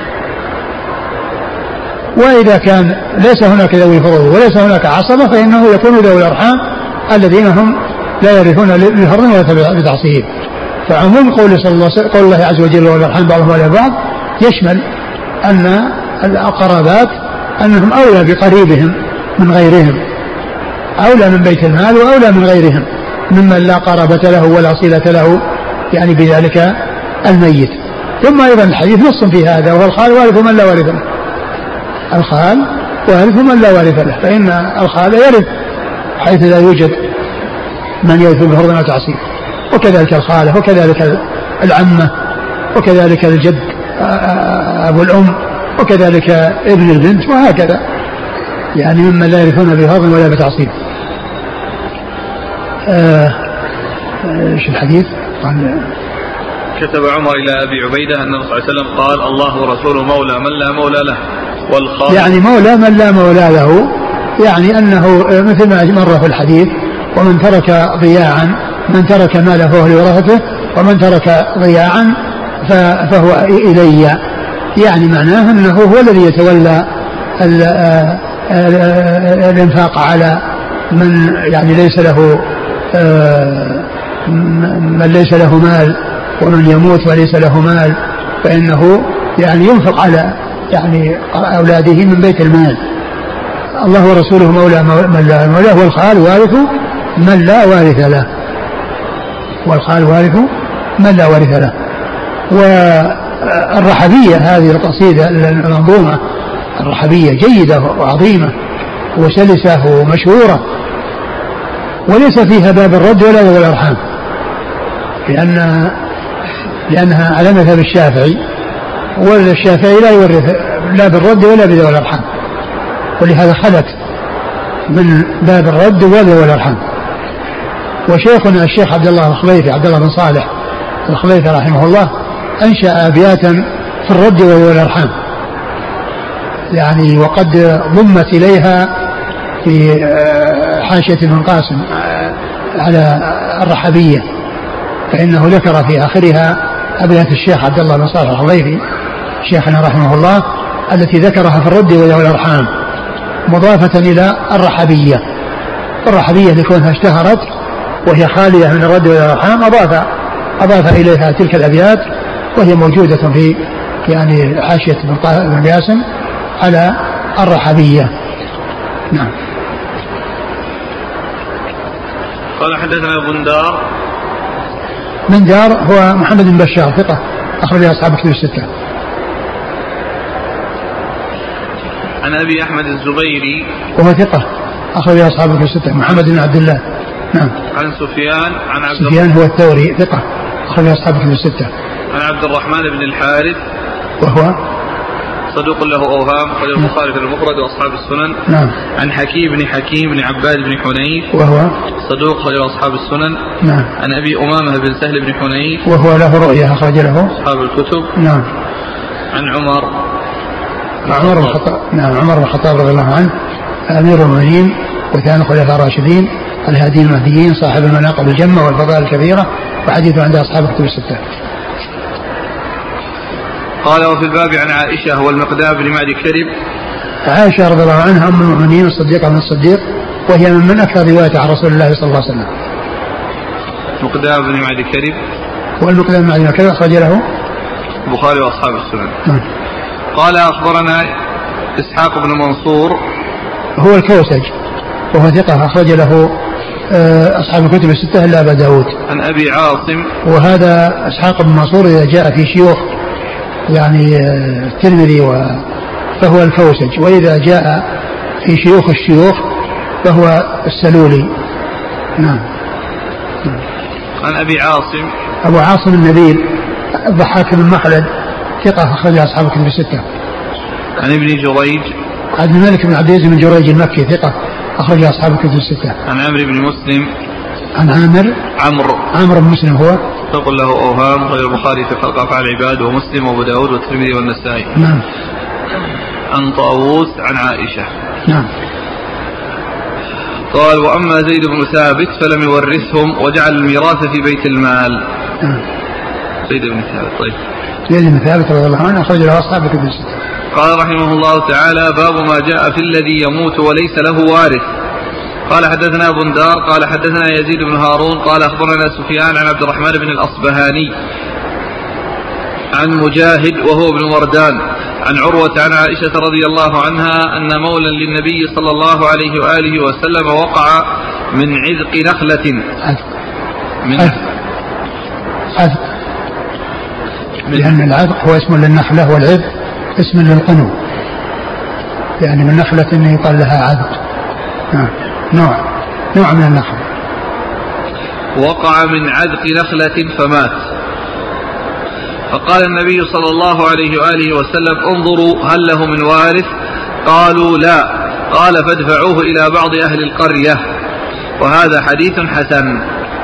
وإذا كان ليس هناك ذوي فروض وليس هناك عصبة فإنه يكون ذوي الأرحام الذين هم لا يرثون بفرض ولا بتعصيب. فعموم قول الله عز وجل والأرحام بعضهم على بعض يشمل أن القرابات أنهم أولى بقريبهم من غيرهم، أولى من بيت المال وأولى من غيرهم ممن لا قرابة له ولا صلة له يعني بذلك الميت. ثم أيضا الحديث نص في هذا، وهو الخال وارث من لا وارث له. الخال وارث من لا وارث له، فإن الخال يرث حيث لا يوجد من يرث بفرض أو تعصيب، وكذلك الخالة وكذلك العمة وكذلك الجد أبو الأم وكذلك ابن البنت وهكذا، يعني ممن لا يرثون بفرض ولا بتعصيب. ايش الحديث؟ كتب عمر إلى أبي عبيدة أن النبي صلى الله عليه وسلم قال الله ورسوله مولى من لا مولى له والخال، يعني مولى من لا مولى له، يعني أنه مثل ما مر في الحديث ومن ترك ضياعا، من ترك ماله فهو لورثته ومن ترك ضياعا فهو إلي، يعني معناه أنه هو الذي يتولى الإنفاق على من يعني ليس له من ليس له مال، ومن يموت وليس له مال فإنه يعني ينفق على يعني أولاده من بيت المال. الله ورسوله مولى من لا مولى، والخال وارث من لا وارث له، والخال وارث من لا وارث له. والرحبية هذه القصيدة المنظومة الرحبية جيدة وعظيمة وسلسة ومشهورة، وليس فيها باب الرد ولا ذوي الأرحام، لأنها على مذهب الشافعي، والشافعي لا يورث لا بالرد ولا بذوي الأرحام، ولهذا خلت من باب الرد وذوي الأرحام. وشيخنا الشيخ عبد الله الخليفي، عبد الله بن صالح الخليفي رحمه الله، أنشأ أبياتا في الرد وذوي الأرحام، يعني وقد ضمت إليها في حاشية ابن قاسم على الرحبية، فإنه ذكر في آخرها أبيات الشيخ عبد الله بن صالح الخليفي شيخنا رحمه الله التي ذكرها في الرد وذوي الأرحام مضافة إلى الرحبية. الرحبية لكونها اشتهرت وهي خالية من الرد وذوي الأرحام أضاف إليها تلك الأبيات، وهي موجودة في يعني حاشية ابن قاسم على الرحبية. نعم. قال حدثنا بندار. بندار هو محمد بن بشار ثقة أخرج أصحاب كتب الستة. عن أبي أحمد الزبيري وهو ثقة أخرج أصحاب كتب الستة. محمد بن عبد الله. نعم. عن سفيان عن عبد سفيان هو الثوري ثقة أخرج أصحاب كتب الستة. عن عبد الرحمن بن الحارث وهو صدوق له أوهام، قال البخاري في المفرد وأصحاب السنن. نعم. عن حكيم بن عباد بن حنيف وهو صدوق له أصحاب السنن. نعم. عن أبي أمامة بن سهل بن حنيف وهو له رؤية أخرج له أصحاب الكتب. نعم. عن عمر بن الخطاب. نعم، عمر بن الخطاب رضي الله عنه أمير المؤمنين وكان خلفاء الراشدين الهاديين المهديين صاحب المناقب الجمة والفضائل الكبيرة، وحديثه عند أصحاب الكتب الستة. قال وفي الباب عن عائشة والمقدام بن معد كرب. عائشة رضي الله عنها أم المؤمنين الصديقة من الصديق، وهي من أكثر رواية عن رسول الله صلى الله عليه وسلم. مقدام بن معد كرب. والمقدام بن معد كرب أخرج له البخاري وأصحاب السنن. قال أخبرنا إسحاق بن منصور هو الكوسج وهو ثقة أخرج له أصحاب الكتب الستة إلا أبا داود. عن أبي عاصم. وهذا إسحاق بن منصور إذا جاء في شيوخ يعني الترمذي فهو الكوسج، وإذا جاء في شيوخ الشيوخ فهو السلولي. نعم. عن أبي عاصم. أبو عاصم النبيل الضحاك بن مخلد ثقة أخرج أصحاب الكتب الستة. عن ابن جريج. عبد الملك بن عبد العزيز بن جريج المكي ثقة أخرج أصحاب الكتب الستة. عن عمرو بن مسلم. عن عمرو بن مسلم هو تقول له أوهام، غير البخاري في خلق أفعال العباد ومسلم وأبو داود والترمذي والنسائي. نعم. عن طاووس عن عائشة. نعم. قال وأما زيد بن ثابت فلم يورثهم وجعل الميراث في بيت المال. نعم. زيد بن ثابت. طيب. زيد بن ثابت رضي الله عنه أخرج له أصحاب الكتب الستة. قال رحمه الله تعالى باب ما جاء في الذي يموت وليس له وارث. قال حدثنا بندار قال حدثنا يزيد بن هارون قال أخبرنا سفيان عن عبد الرحمن بن الأصبهاني عن مجاهد وهو ابن وردان عن عروة عن عائشة رضي الله عنها أن مولا للنبي صلى الله عليه وآله وسلم وقع من عذق نخلة لأن العذق هو اسم للنخلة والعذق اسم للقنو، يعني من نخلة إنه يقال لها عذق، نوع من النخل. وقع من عذق نخلة فمات، فقال النبي صلى الله عليه وآله وسلم انظروا هل له من وارث؟ قالوا لا. قال فادفعوه إلى بعض أهل القرية. وهذا حديث حسن.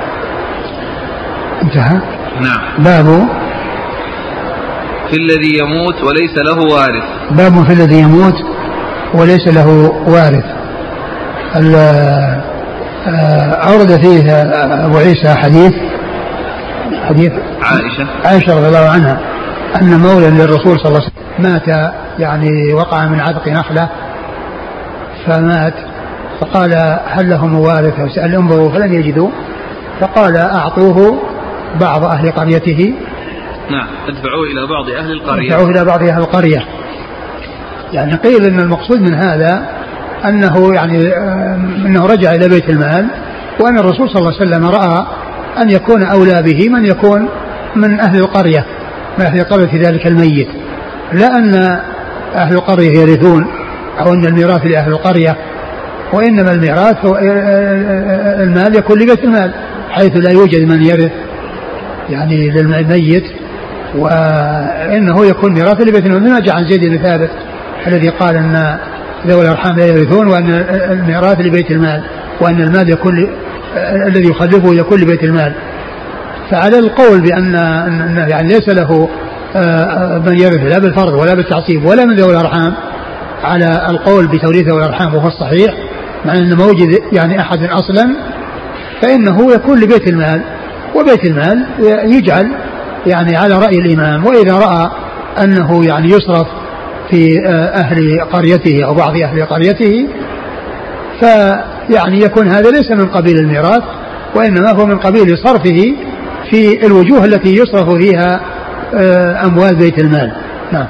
انتهى. نعم. باب في الذي يموت وليس له وارث. باب في الذي يموت وليس له وارث. أورد فيه أبو عيسى حديث عائشة رضي الله عنها أن مولى للرسول صلى الله عليه وسلم مات، يعني وقع من عذق نخلة فمات، فقال هل لهم وارث؟ وسأل انظروا فلم يجدوا، فقال أعطوه بعض أهل قريته. نعم. ادفعوه إلى بعض أهل القرية. ادفعوه إلى بعض أهل القرية. يعني قيل أن المقصود من هذا أنه رجع إلى بيت المال، وأن الرسول صلى الله عليه وسلم رأى أن يكون أولى به من يكون من أهل القرية، من أهل قرية ذلك الميت، لا أن أهل القرية يرثون أو أن الميراث لأهل القرية، وإنما الميراث المال يكون لبيت المال، حيث لا يوجد من يرث يعني للميت، وإنه يكون ميراث لبيت المال. ما جاء عن زيد بن ثابت الذي قال أن ذوي الأرحام لا يرثون، وأن الميراث لبيت المال، وأن المال يكون الذي يخلفه يكون لبيت المال. فعلى القول بأن يعني ليس له من يرث لا بالفرض ولا بالتعصيب ولا من ذوي الأرحام، على القول بتوريث ذوي الأرحام وهو الصحيح، مع أنه موجود يعني أحد أصلا، فإنه يكون لبيت المال، وبيت المال يجعل يعني على رأي الإمام، وإذا رأى أنه يعني يصرف في أهل قريته أو بعض أهل قريته فيعني يكون هذا ليس من قبيل الميراث، وإنما هو من قبيل صرفه في الوجوه التي يصرف فيها أموال بيت المال. نعم.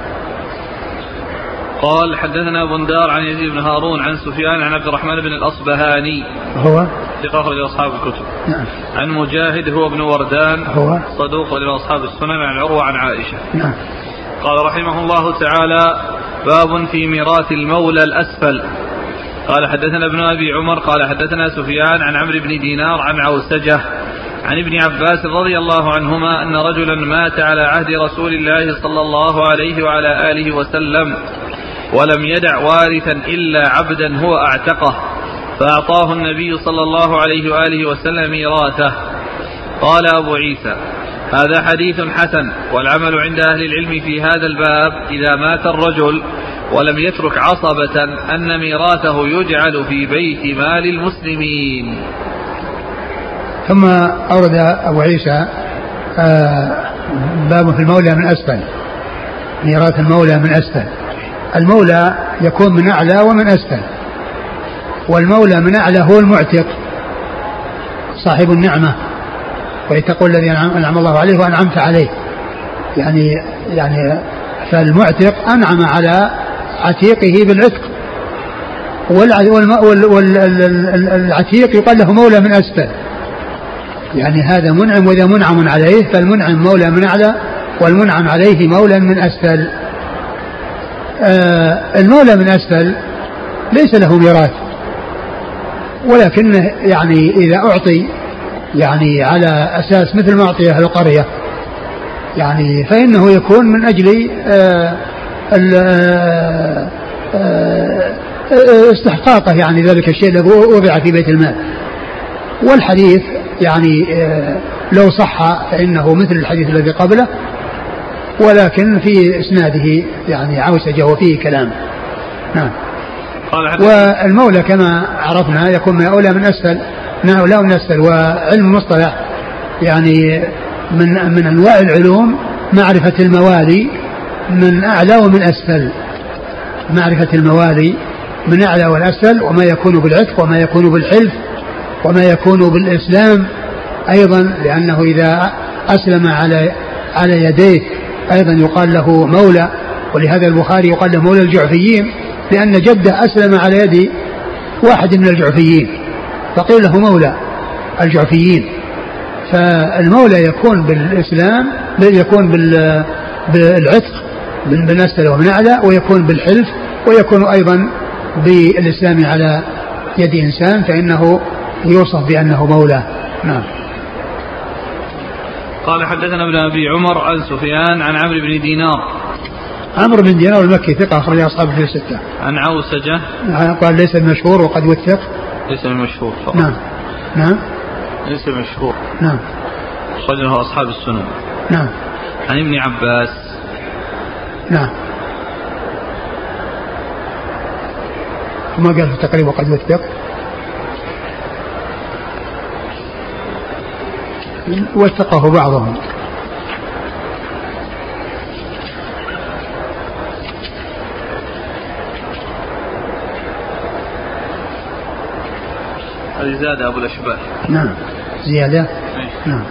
قال حدثنا بندار عن يزيد بن هارون عن سفيان عن عبد الرحمن بن الأصبهاني هو ثقة أخرج أصحاب الكتب. نعم. عن مجاهد هو ابن وردان هو صدوق لأصحاب السنن عن عروة عن عائشة. نعم. قال رحمه الله تعالى باب في ميراث المولى الأسفل. قال حدثنا ابن أبي عمر قال حدثنا سفيان عن عمرو بن دينار عن عوسجة عن ابن عباس رضي الله عنهما أن رجلا مات على عهد رسول الله صلى الله عليه وعلى آله وسلم ولم يدع وارثا إلا عبدا هو أعتقه، فأعطاه النبي صلى الله عليه وآله وسلم ميراثه. قال أبو عيسى هذا حديث حسن، والعمل عند أهل العلم في هذا الباب إذا مات الرجل ولم يترك عصبة أن ميراثه يجعل في بيت مال المسلمين. ثم أورد أبو عيسى باب في المولى من أسفل، ميراث المولى من أسفل. المولى يكون من أعلى ومن أسفل، والمولى من أعلى هو المعتق صاحب النعمة، ويتقول الذي أنعم الله عليه وأنعمت عليه، يعني فالمعتق أنعم على عتيقه بالعتق، والعتيق يقال له مولى من أسفل، يعني هذا منعم وإذا منعم عليه، فالمنعم مولى من أعلى والمنعم عليه مولى من أسفل. المولى من أسفل ليس له ميراث، ولكنه يعني إذا أعطي يعني على أساس مثل ما أعطي أهل القرية يعني فإنه يكون من أجل استحقاقه يعني ذلك الشيء الذي وضع في بيت المال. والحديث يعني لو صح فإنه مثل الحديث الذي قبله، ولكن في إسناده يعني عوسجة وفيه كلام. نعم. والمولى كما عرفنا يكون من أولى من أسفل، لا من أسفل. وعلم المصطلح يعني من أنواع العلوم معرفة الموالي من أعلى ومن أسفل، معرفة الموالي من أعلى والأسفل، وما يكون بالعتق وما يكون بالحلف وما يكون بالإسلام أيضا، لأنه إذا أسلم على يديه أيضا يقال له مولى، ولهذا البخاري يقال له مولى الجعفيين لأن جده أسلم على يد واحد من الجعفيين فقيل له مولى الجعفيين. فالمولى يكون بالإسلام، يكون بالعتق من أسفل ومن أعلى، ويكون بالحلف، ويكون أيضا بالإسلام على يد إنسان، فإنه يوصف بأنه مولى. نعم. قال حدثنا ابن أبي عمر عن سفيان عن عمرو بن دينار. عمرو بن دينار المكي ثقة أخرج أصحابه في الستة. عن عوسجة قال ليس المشهور وقد وثق. ليس المشهور فقط. نعم. نعم. ليس المشهور. نعم. أخرجه أصحاب السنن. نعم. عن ابن عباس. نعم. ما قال في التقريب وقد وثق. وثقه بعضهم. هذه زيادة أبو الأشبال. نعم زيادة. نعم.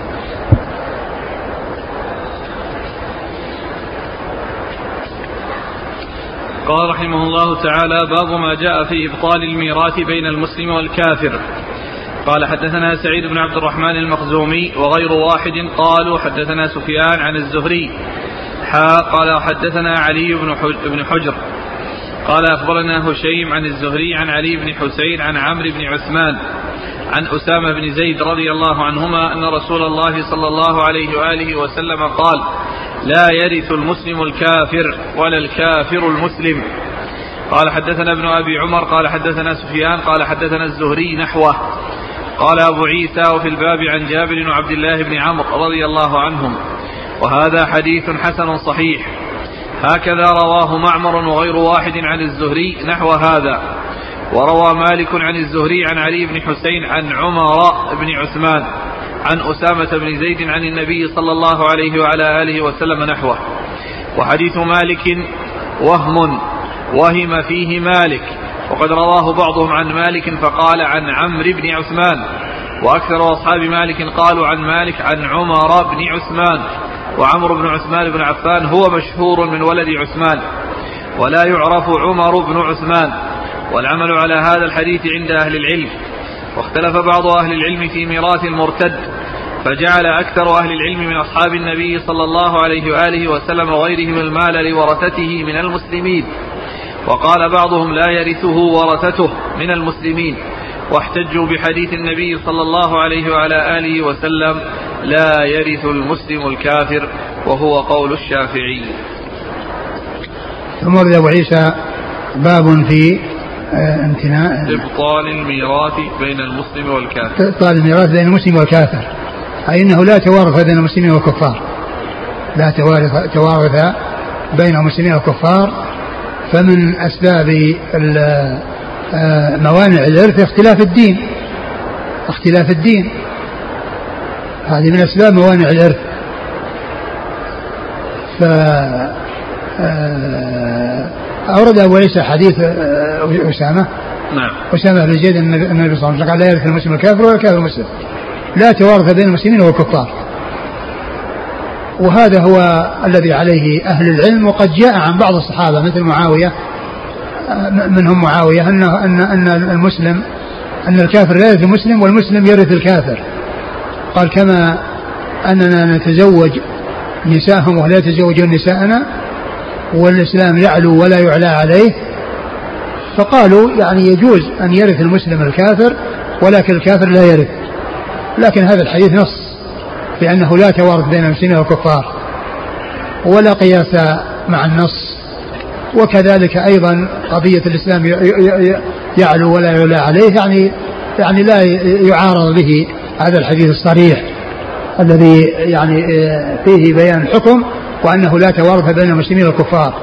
قال رحمه الله تعالى: باب ما جاء في إبطال الميراث بين المسلم والكافر. قال حدثنا سعيد بن عبد الرحمن المخزومي وغير واحد قالوا حدثنا سفيان عن الزهري قال حدثنا علي بن حجر قال أخبرنا هشيم عن الزهري عن علي بن حسين عن عمرو بن عثمان عن أسامة بن زيد رضي الله عنهما أن رسول الله صلى الله عليه وآله وسلم قال: لا يرث المسلم الكافر ولا الكافر المسلم. قال حدثنا ابن أبي عمر قال حدثنا سفيان قال حدثنا الزهري نحوه. قال أبو عيسى: وفي الباب عن جابر وعبد الله بن عمرو رضي الله عنهم، وهذا حديث حسن صحيح. هكذا رواه معمر وغير واحد عن الزهري نحو هذا. وروى مالك عن الزهري عن علي بن حسين عن عمر بن عثمان عن أسامة بن زيد عن النبي صلى الله عليه وعلى آله وسلم نحوه. وحديث مالك وهم فيه مالك، وقد رواه بعضهم عن مالك فقال عن عمرو بن عثمان، وأكثر أصحاب مالك قالوا عن مالك عن عمر بن عثمان. وعمر بن عثمان بن عفان هو مشهور من ولد عثمان، ولا يعرف عمر بن عثمان. والعمل على هذا الحديث عند أهل العلم. واختلف بعض أهل العلم في ميراث المرتد، فجعل أكثر أهل العلم من أصحاب النبي صلى الله عليه وآله وسلم وغيرهم المال لورثته من المسلمين، وقال بعضهم لا يرثه ورثته من المسلمين، واحتجوا بحديث النبي صلى الله عليه وعلى آله وسلم: لا يرث المسلم الكافر، وهو قول الشافعي. ثم ورد أبو عيسى باب في امتناع إبطال الميراث بين المسلم والكافر. إبطال الميراث بين المسلم والكافر، أي أنه لا توارث بين المسلمين والكفار، لا توارث بين المسلمين والكفار. فمن أسباب موانع الإرث اختلاف الدين، هذه من أسباب موانع الإرث. أورد أبو عيسى حديث أسامة. نعم. أسامة بن زيد النبي صلى الله عليه وسلم قال: لا يرث المسلم الكافر ولا الكافر المسلم، لا توارث بين المسلمين والكفار. وهذا هو الذي عليه أهل العلم. وقد جاء عن بعض الصحابة مثل معاوية، منهم معاوية، أن الكافر لا يرث المسلم والمسلم يرث الكافر. قال: كما أننا نتزوج نساءهم ولا يتزوجون نساءنا، والإسلام يعلو ولا يعلى عليه. فقالوا يعني يجوز أن يرث المسلم الكافر ولكن الكافر لا يرث. لكن هذا الحديث نص بأنه لا توارث بين المسلمين والكفار، ولا قياس مع النص. وكذلك أيضا قضية الإسلام يعلو ولا يعلى عليه، يعني لا يعارض به هذا الحديث الصريح الذي يعني فيه بيان الحكم وأنه لا توارث بين المسلمين والكفار.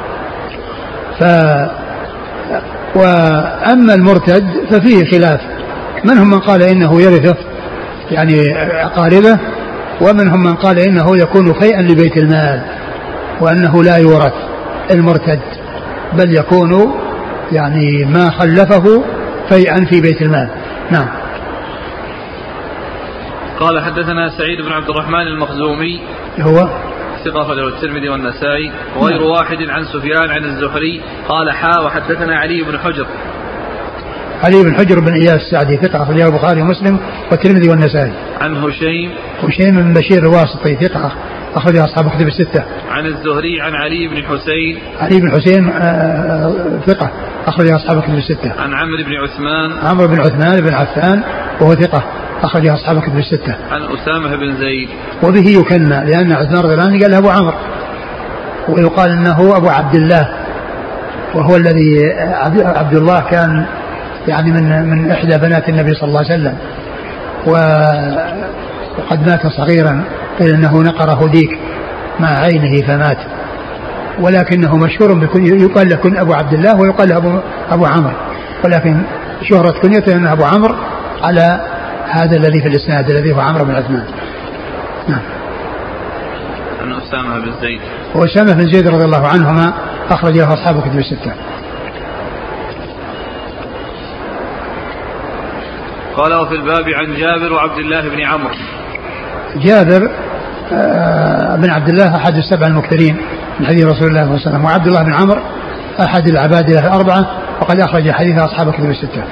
وأما المرتد ففيه خلاف، منهم من قال إنه يرث يعني أقاربه، ومنهم من قال إنه يكون فيئا لبيت المال، وأنه لا يورث المرتد بل يكون يعني ما خلفه فيئا في بيت المال. نعم. قال حدثنا سعيد بن عبد الرحمن المخزومي، هو ثقة أخرجه الترمذي والنسائي وغير واحد عن سفيان عن الزهري قال وحدثنا علي بن حجر. علي بن حجر بن إياس السعدي ثقة أخرجه البخاري ومسلم والترمذي والنسائي. عن هشيم بن بشير الواسطي ثقة أخرجه أصحاب الكتب الستة. عن الزهري عن علي بن حسين ثقة أخرجه أصحاب الكتب الستة. عن عمرو بن عثمان بن عفان وهو ثقة أخرجه أصحاب الكتب الستة. عن أسامة بن زيد وبه يكنى لأن عثمان رضي الله عنه قال له أبو عمرو ويقال أنه أبو عبد الله وهو الذي عبد الله كان يعني من إحدى بنات النبي صلى الله عليه وسلم وقد مات صغيرا قيل أنه نقره ديك مع عينه فمات ولكنه مشهور يقال له كن أبو عبد الله ويقال له أبو عمرو ولكن شهرة كنيته أنه أبو عمرو على هذا الذي في الإسناد الذي هو عمرو بن عثمان. نعم. عن أسامة بن زيد وأسامة بن زيد رضي الله عنهما أخرج له أصحاب الكتب الستة. قال وفي الباب عن جابر وعبد الله بن عمرو. جابر بن عبد الله أحد السبع المكثرين من حديث رسول الله صلى الله عليه وسلم وعبد الله بن عمرو أحد العبادلة الأربعة وقد أخرج حديث أصحاب الكتب الستة.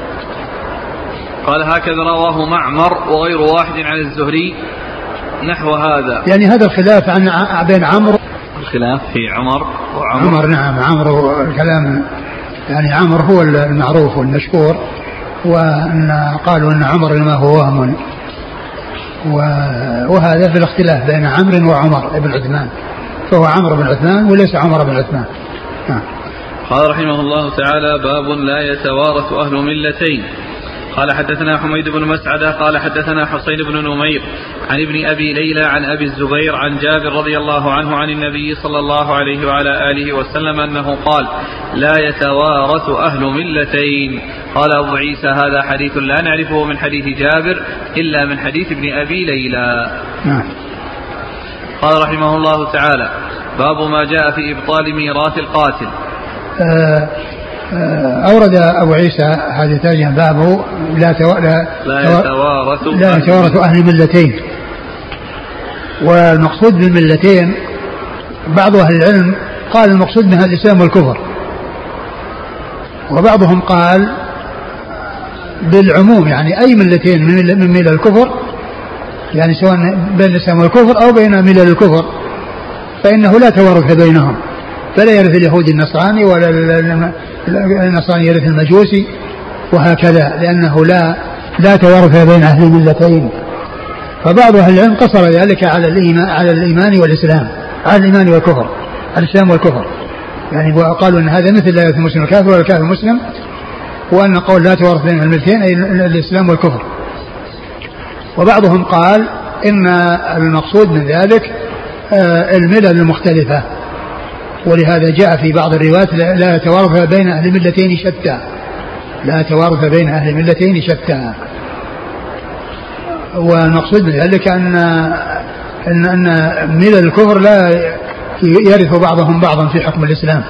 قال هكذا رواه معمر وغير واحد عن الزهري نحو هذا. يعني هذا الخلاف بين عمرو الخلاف في عمر وعمر. نعم عمرو الكلام يعني عمرو هو المعروف والمشهور وأن قالوا أن عمر ما هو وهم وهذا في الاختلاف بين عمرو وعمر بن عثمان فهو عمرو بن عثمان وليس عمر بن عثمان. قال رحمه الله تعالى باب لا يتوارث أهل ملتين. قال حدثنا حميد بن مسعدة قال حدثنا حسين بن نمير عن ابن أبي ليلى عن أبي الزبير عن جابر رضي الله عنه عن النبي صلى الله عليه وعلى آله وسلم أنه قال لا يتوارث أهل ملتين. قال أبو عيسى هذا حديث لا نعرفه من حديث جابر إلا من حديث ابن أبي ليلى. قال رحمه الله تعالى باب ما جاء في إبطال ميراث القاتل. أورد أبو عيسى هذه الترجمة بابه لا يتوارث أهل الملتين. والمقصود بالملتين بعض أهل العلم قال المقصود منها الإسلام والكفر وبعضهم قال بالعموم يعني أي ملتين من ملل الكفر يعني سواء بين الإسلام والكفر أو بين ملل الكفر فإنه لا توارث بينهم فلا يرث اليهودي النصراني ولا النصراني يرث المجوسي وهكذا لأنه لا توارث بين أهل الملتين. فبعض أهل العلم قصر ذلك على الإيمان والإسلام على الإيمان والكفر على الإسلام والكفر يعني وقالوا أن هذا مثل لا يرث المسلم الكافر ولا الكافر المسلم وأن قول لا توارث بين الملتين أي الإسلام والكفر. وبعضهم قال إن المقصود من ذلك الملل المختلفة ولهذا جاء في بعض الروايات لا يتوارث بين أهل الملتين شتى لا يتوارث بين أهل الملتين شتى. والمقصود من ذلك أن ملل الكفر لا يرث بعضهم بعضا في حكم الإسلام.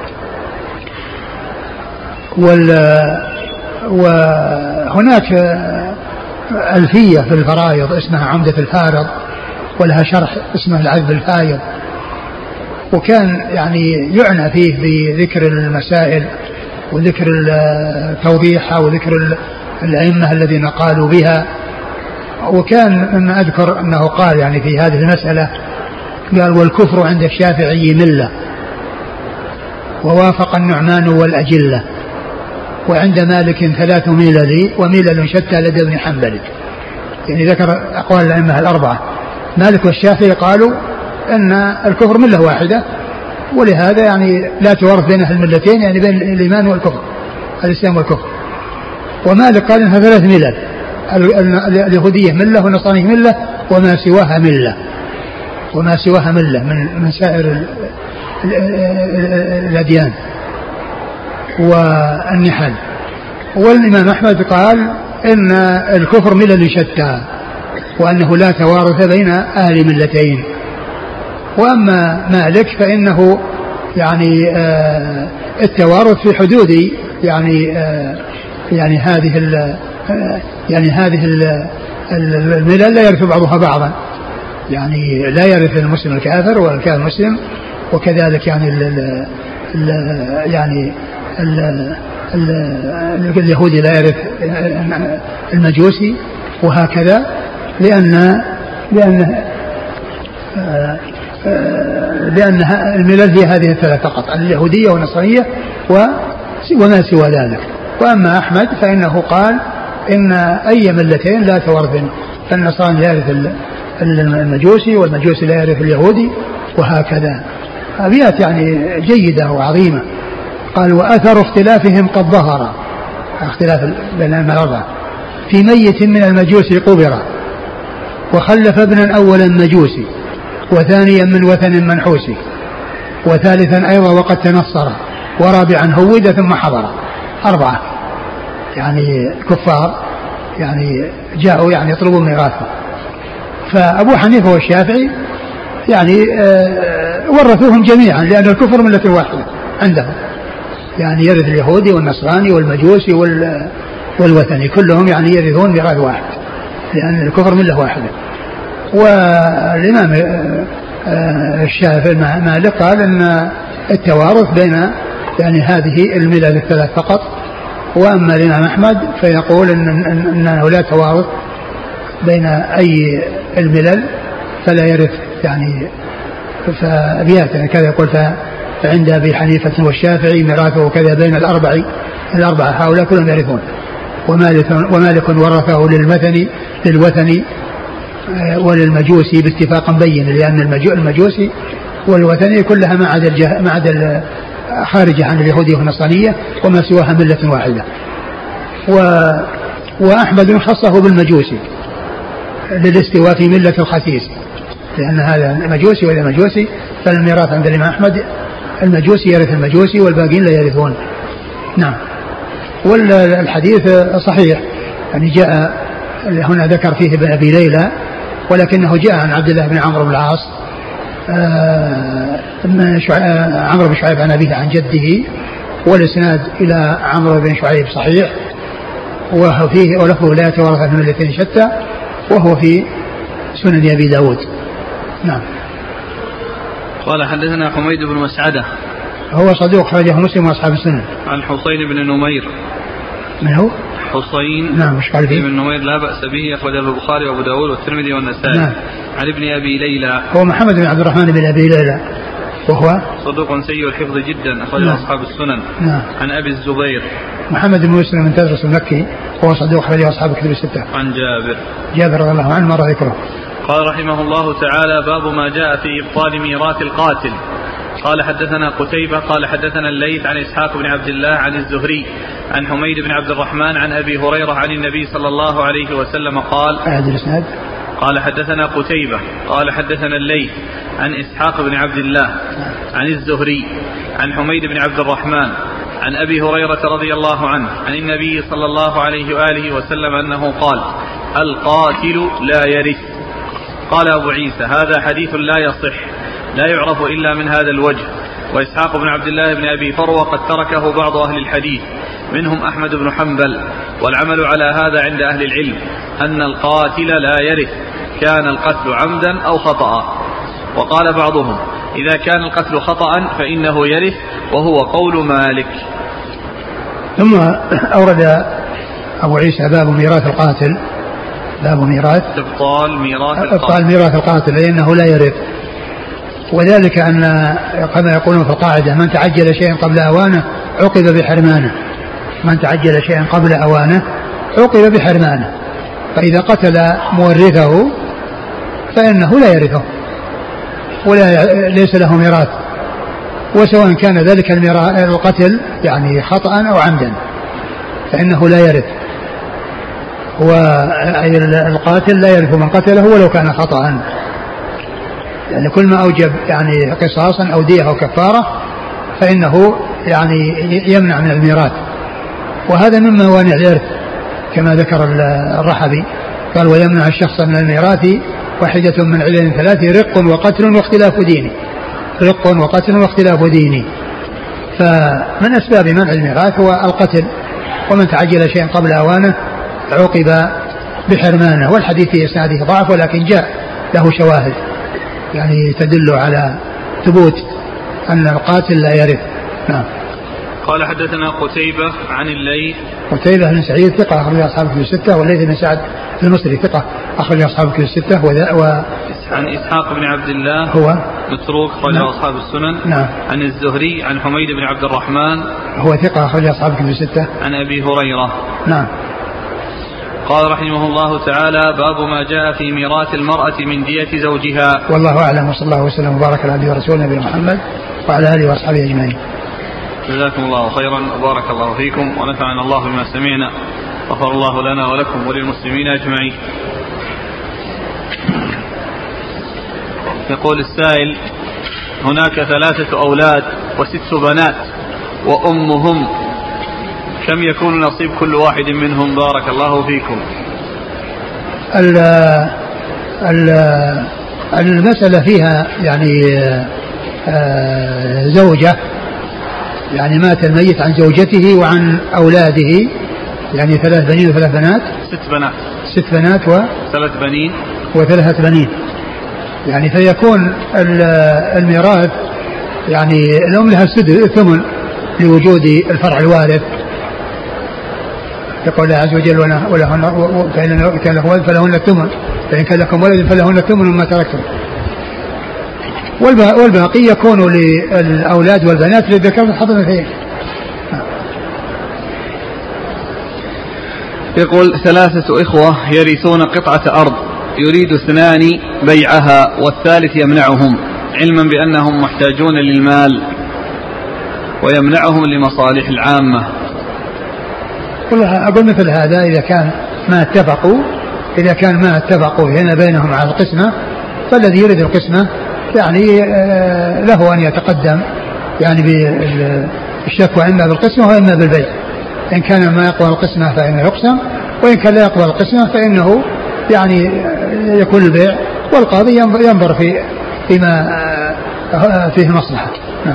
وهناك ألفية في الفرائض اسمها عمدة الفارض ولها شرح اسمه العذب الفايض وكان يعني يعنى فيه بذكر المسائل وذكر توضيحها وذكر الأئمة الذين قالوا بها. وكان أن أذكر أنه قال يعني في هذه المسألة قال والكفر عند الشافعي ملة ووافق النعمان والأجلة وعند مالك 3 ملل وملل شتى لدى ابن حنبل. يعني ذكر أقوال الأئمة الأربعة مالك والشافعي قالوا أن الكفر ملة واحدة ولهذا يعني لا توارث بين أهل الملتين يعني بين الإيمان والكفر الإسلام والكفر. ومالك قال أنها 3 ملل اليهودية ملة والنصرانية ملة وما سواها ملة من سائر الأديان والنحل. والإمام أحمد قال إن الكفر ملل شتى وأنه لا توارث بين أهل ملتين. وأما مالك فإنه يعني التوارث في حدود يعني هذه الملل لا يرث بعضها بعضا يعني لا يرث المسلم الكافر ولا الكافر المسلم، وكذلك يعني اليهودي لا يرث المجوسي، وهكذا، لأن الملل هي هذه الثلاث فقط، اليهودية والنصرانية وما سوى ذلك. وأما أحمد فإنه قال إن أي ملتين لا تورث، فالنصراني لا يرث المجوسي والمجوسي لا يرث اليهودي، وهكذا. أبيات يعني جيدة وعظيمة. قال وأثر اختلافهم قد ظهر، اختلاف بين الأربعة، في ميت من المجوس قبر، وخلف ابنا أولا مجوسي، وثانيا من وثن منحوسي، وثالثا أيضا وقد تنصر، ورابعا هود ثم حضر. أربعة يعني كفار يعني جاءوا يعني يطلبون ميراثه. فأبو حنيفة والشافعي يعني ورثوهم جميعا، لأن الكفر ملة واحدة عندهم، يعني يرث اليهودي والنصراني والمجوسي والوثني كلهم يعني يرثون ميراث واحد، لأن الكفر ملة واحدة. والإمام الشافعي مالك قال أن التوارث بين يعني هذه الملل الثلاث فقط. وأما الإمام أحمد فيقول أنه لا توارث بين أي الملل، فلا يرث يعني. فأبيات يعني كذا يقول فعند أبي حنيفة والشافعي ميراثه كذا بين الأربعة هؤلاء كلهم يرثون. ومالك ورثه للوثني وللمجوسي باتفاق بين، لأن المجوسي والوثني كلها ما عدا خارجة عن اليهودية والنصرانية، وما سواها ملة واحدة. وأحمد خصه بالمجوسي للاستواء في ملة الخسيس، لأن هذا مجوسي وهذا مجوسي، فالميراث عند الإمام أحمد المجوسي يرث المجوسي والباقين لا يرثون. نعم. والحديث صحيح يعني جاء هنا ذكر فيه ابن أبي ليلى، ولكنه جاء عن عبد الله بن عمرو بن العاص عمرو بن شعيب عن أبيه عن جده، والإسناد إلى عمرو بن شعيب صحيح، وهو فيه ولفظه لا يتوارث من ملتين شتى، وهو في سنن أبي داود. نعم. قال حدثنا حميد بن مسعدة هو صدوق خرجه مسلم وأصحاب السنن. عن حسين بن نمير. من هو؟ حسين نعم مش قال فيه. بن نمير لا بأس به، أخرجه البخاري وأبو داود والترمذي والنسائي. نعم. عن ابن أبي ليلى هو محمد بن عبد الرحمن بن أبي ليلى، وهو صدوق سيء الحفظ جدا، أخرجه نعم. أصحاب السنن. نعم. عن أبي الزبير محمد بن مسلم من تدرس المكي، وهو صدوق أخرجه أصحاب الكتب الستة. عن جابر رضي الله عنه مر ذكره. قال رحمه الله تعالى باب ما جاء في إبطال ميراث القاتل. قال حدثنا قتيبة قال حدثنا الليث عن إسحاق بن عبد الله عن الزهري عن حميد بن عبد الرحمن عن أبي هريرة عن النبي صلى الله عليه وسلم قال قال حدثنا قتيبة قال حدثنا الليث عن إسحاق بن عبد الله عن الزهري عن حميد بن عبد الرحمن عن أبي هريرة رضي الله عنه عن النبي صلى الله عليه وآله وسلم أنه قال القاتل لا يرث. قال أبو عيسى هذا حديث لا يصح، لا يعرف إلا من هذا الوجه. وإسحاق بن عبد الله بن أبي فروة قد تركه بعض أهل الحديث منهم أحمد بن حنبل، والعمل على هذا عند أهل العلم أن القاتل لا يرث، كان القتل عمدا أو خطأ. وقال بعضهم إذا كان القتل خطأ فإنه يرث، وهو قول مالك. ثم أورد أبو عيسى باب ميراث القاتل، باب ميراث إبطال ميراث القاتل لأنه لا يرث. وذلك أن كما يقولون في القاعدة من تعجل شيئا قبل أوانه عوقب بحرمانه، من تعجل شيئا قبل أوانه عوقب بحرمانه. فإذا قتل مورثه فإنه لا يرثه ليس له ميراث، وسواء كان ذلك القتل يعني خطأ أو عمدا فإنه لا يرث. والقاتل لا يرث من قتله ولو كان خطأ، يعني كل ما أوجب يعني قصاصا أو دية أو كفارة فإنه يعني يمنع من الميراث. وهذا من موانع الإرث كما ذكر الرحبي، قال ويمنع الشخص من الميراث واحدة من علل ثلاث: رق وقتل واختلاف ديني. رق وقتل واختلاف ديني. فمن أسباب منع الميراث هو القتل، ومن تعجل شيئا قبل أوانه عوقب بحرمانه. والحديث في إسناده ضعف، ولكن جاء له شواهد يعني تدل على ثبوت أن القاتل لا يرث. نعم. قال حدثنا قتيبة عن الليث. قتيبة بن سعيد ثقة أخرج أصحاب الكتب الستة، والليث بن سعد المصري ثقة أخرج أصحاب الكتب الستة. عن إسحاق بن عبد الله هو متروك أخرج أصحاب السنن. نعم. عن الزهري عن حميد بن عبد الرحمن هو ثقة أخرج أصحاب الكتب الستة. عن أبي هريرة. نعم. قال رحمه الله تعالى: باب ما جاء في ميراث المرأة من دية زوجها. والله أعلم، وصلى الله وسلم وبارك على عبده ورسوله نبينا محمد وعلى آله وأصحابه أجمعين. جزاكم الله خيرا وبارك الله فيكم ونفعنا الله بما سمعنا، غفر الله لنا ولكم وللمسلمين أجمعين. يقول السائل: هناك 3 أولاد و6 بنات وأمهم، كم يكون نصيب كل واحد منهم؟ بارك الله فيكم. المسألة فيها يعني زوجة، يعني مات الميت عن زوجته وعن أولاده، يعني 3 بنين و3 بنات. 6 بنات 3 بنين و3 بنين، يعني فيكون الميراث يعني الأم لها ثمن لوجود الفرع الوارث. يقول الله عز وجل: فإن كان لكم ولد فلهن الثمن، فإن كان لكم ولد فلهن الثمن مما تركتم، والباقي يكون للأولاد والبنات للذكر مثل حظ الأنثيين. يقول: 3 إخوة يرثون قطعة أرض، يريد 2 بيعها والثالث يمنعهم، علما بأنهم محتاجون للمال ويمنعهم لمصالح العامة. أقول مثل هذا إذا كان ما اتفقوا هنا بينهم على القسمة، فالذي يريد القسمة يعني له أن يتقدم يعني بالشكوى إما بالقسمة وإما بالبيع. إن كان ما يقبل القسمة فإنه يقسم، وإن كان لا يقبل القسمة فإنه يعني يكون البيع، والقاضي ينظر فيما فيه مصلحة. نعم.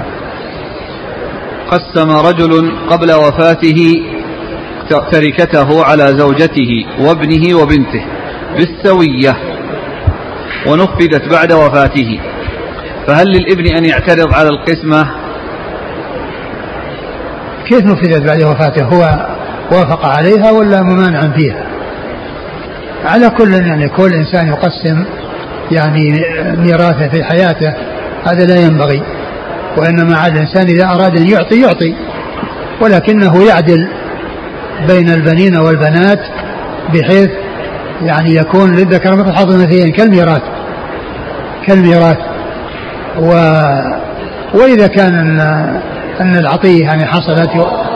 قسم رجل قبل وفاته تركته على زوجته وابنه وبنته بالسوية ونفذت بعد وفاته، فهل للابن أن يعترض على القسمة؟ كيف نفذت بعد وفاته؟ هو وافق عليها ولا ممانع فيها؟ على كل يعني كل إنسان يقسم يعني ميراثه في حياته، هذا لا ينبغي، وإنما على الإنسان إذا أراد أن يعطي، ولكنه يعدل بين البنين والبنات بحيث يعني يكون للذكر مثل حظ الأنثيين كالميراث. وإذا كان أن العطية يعني حصلت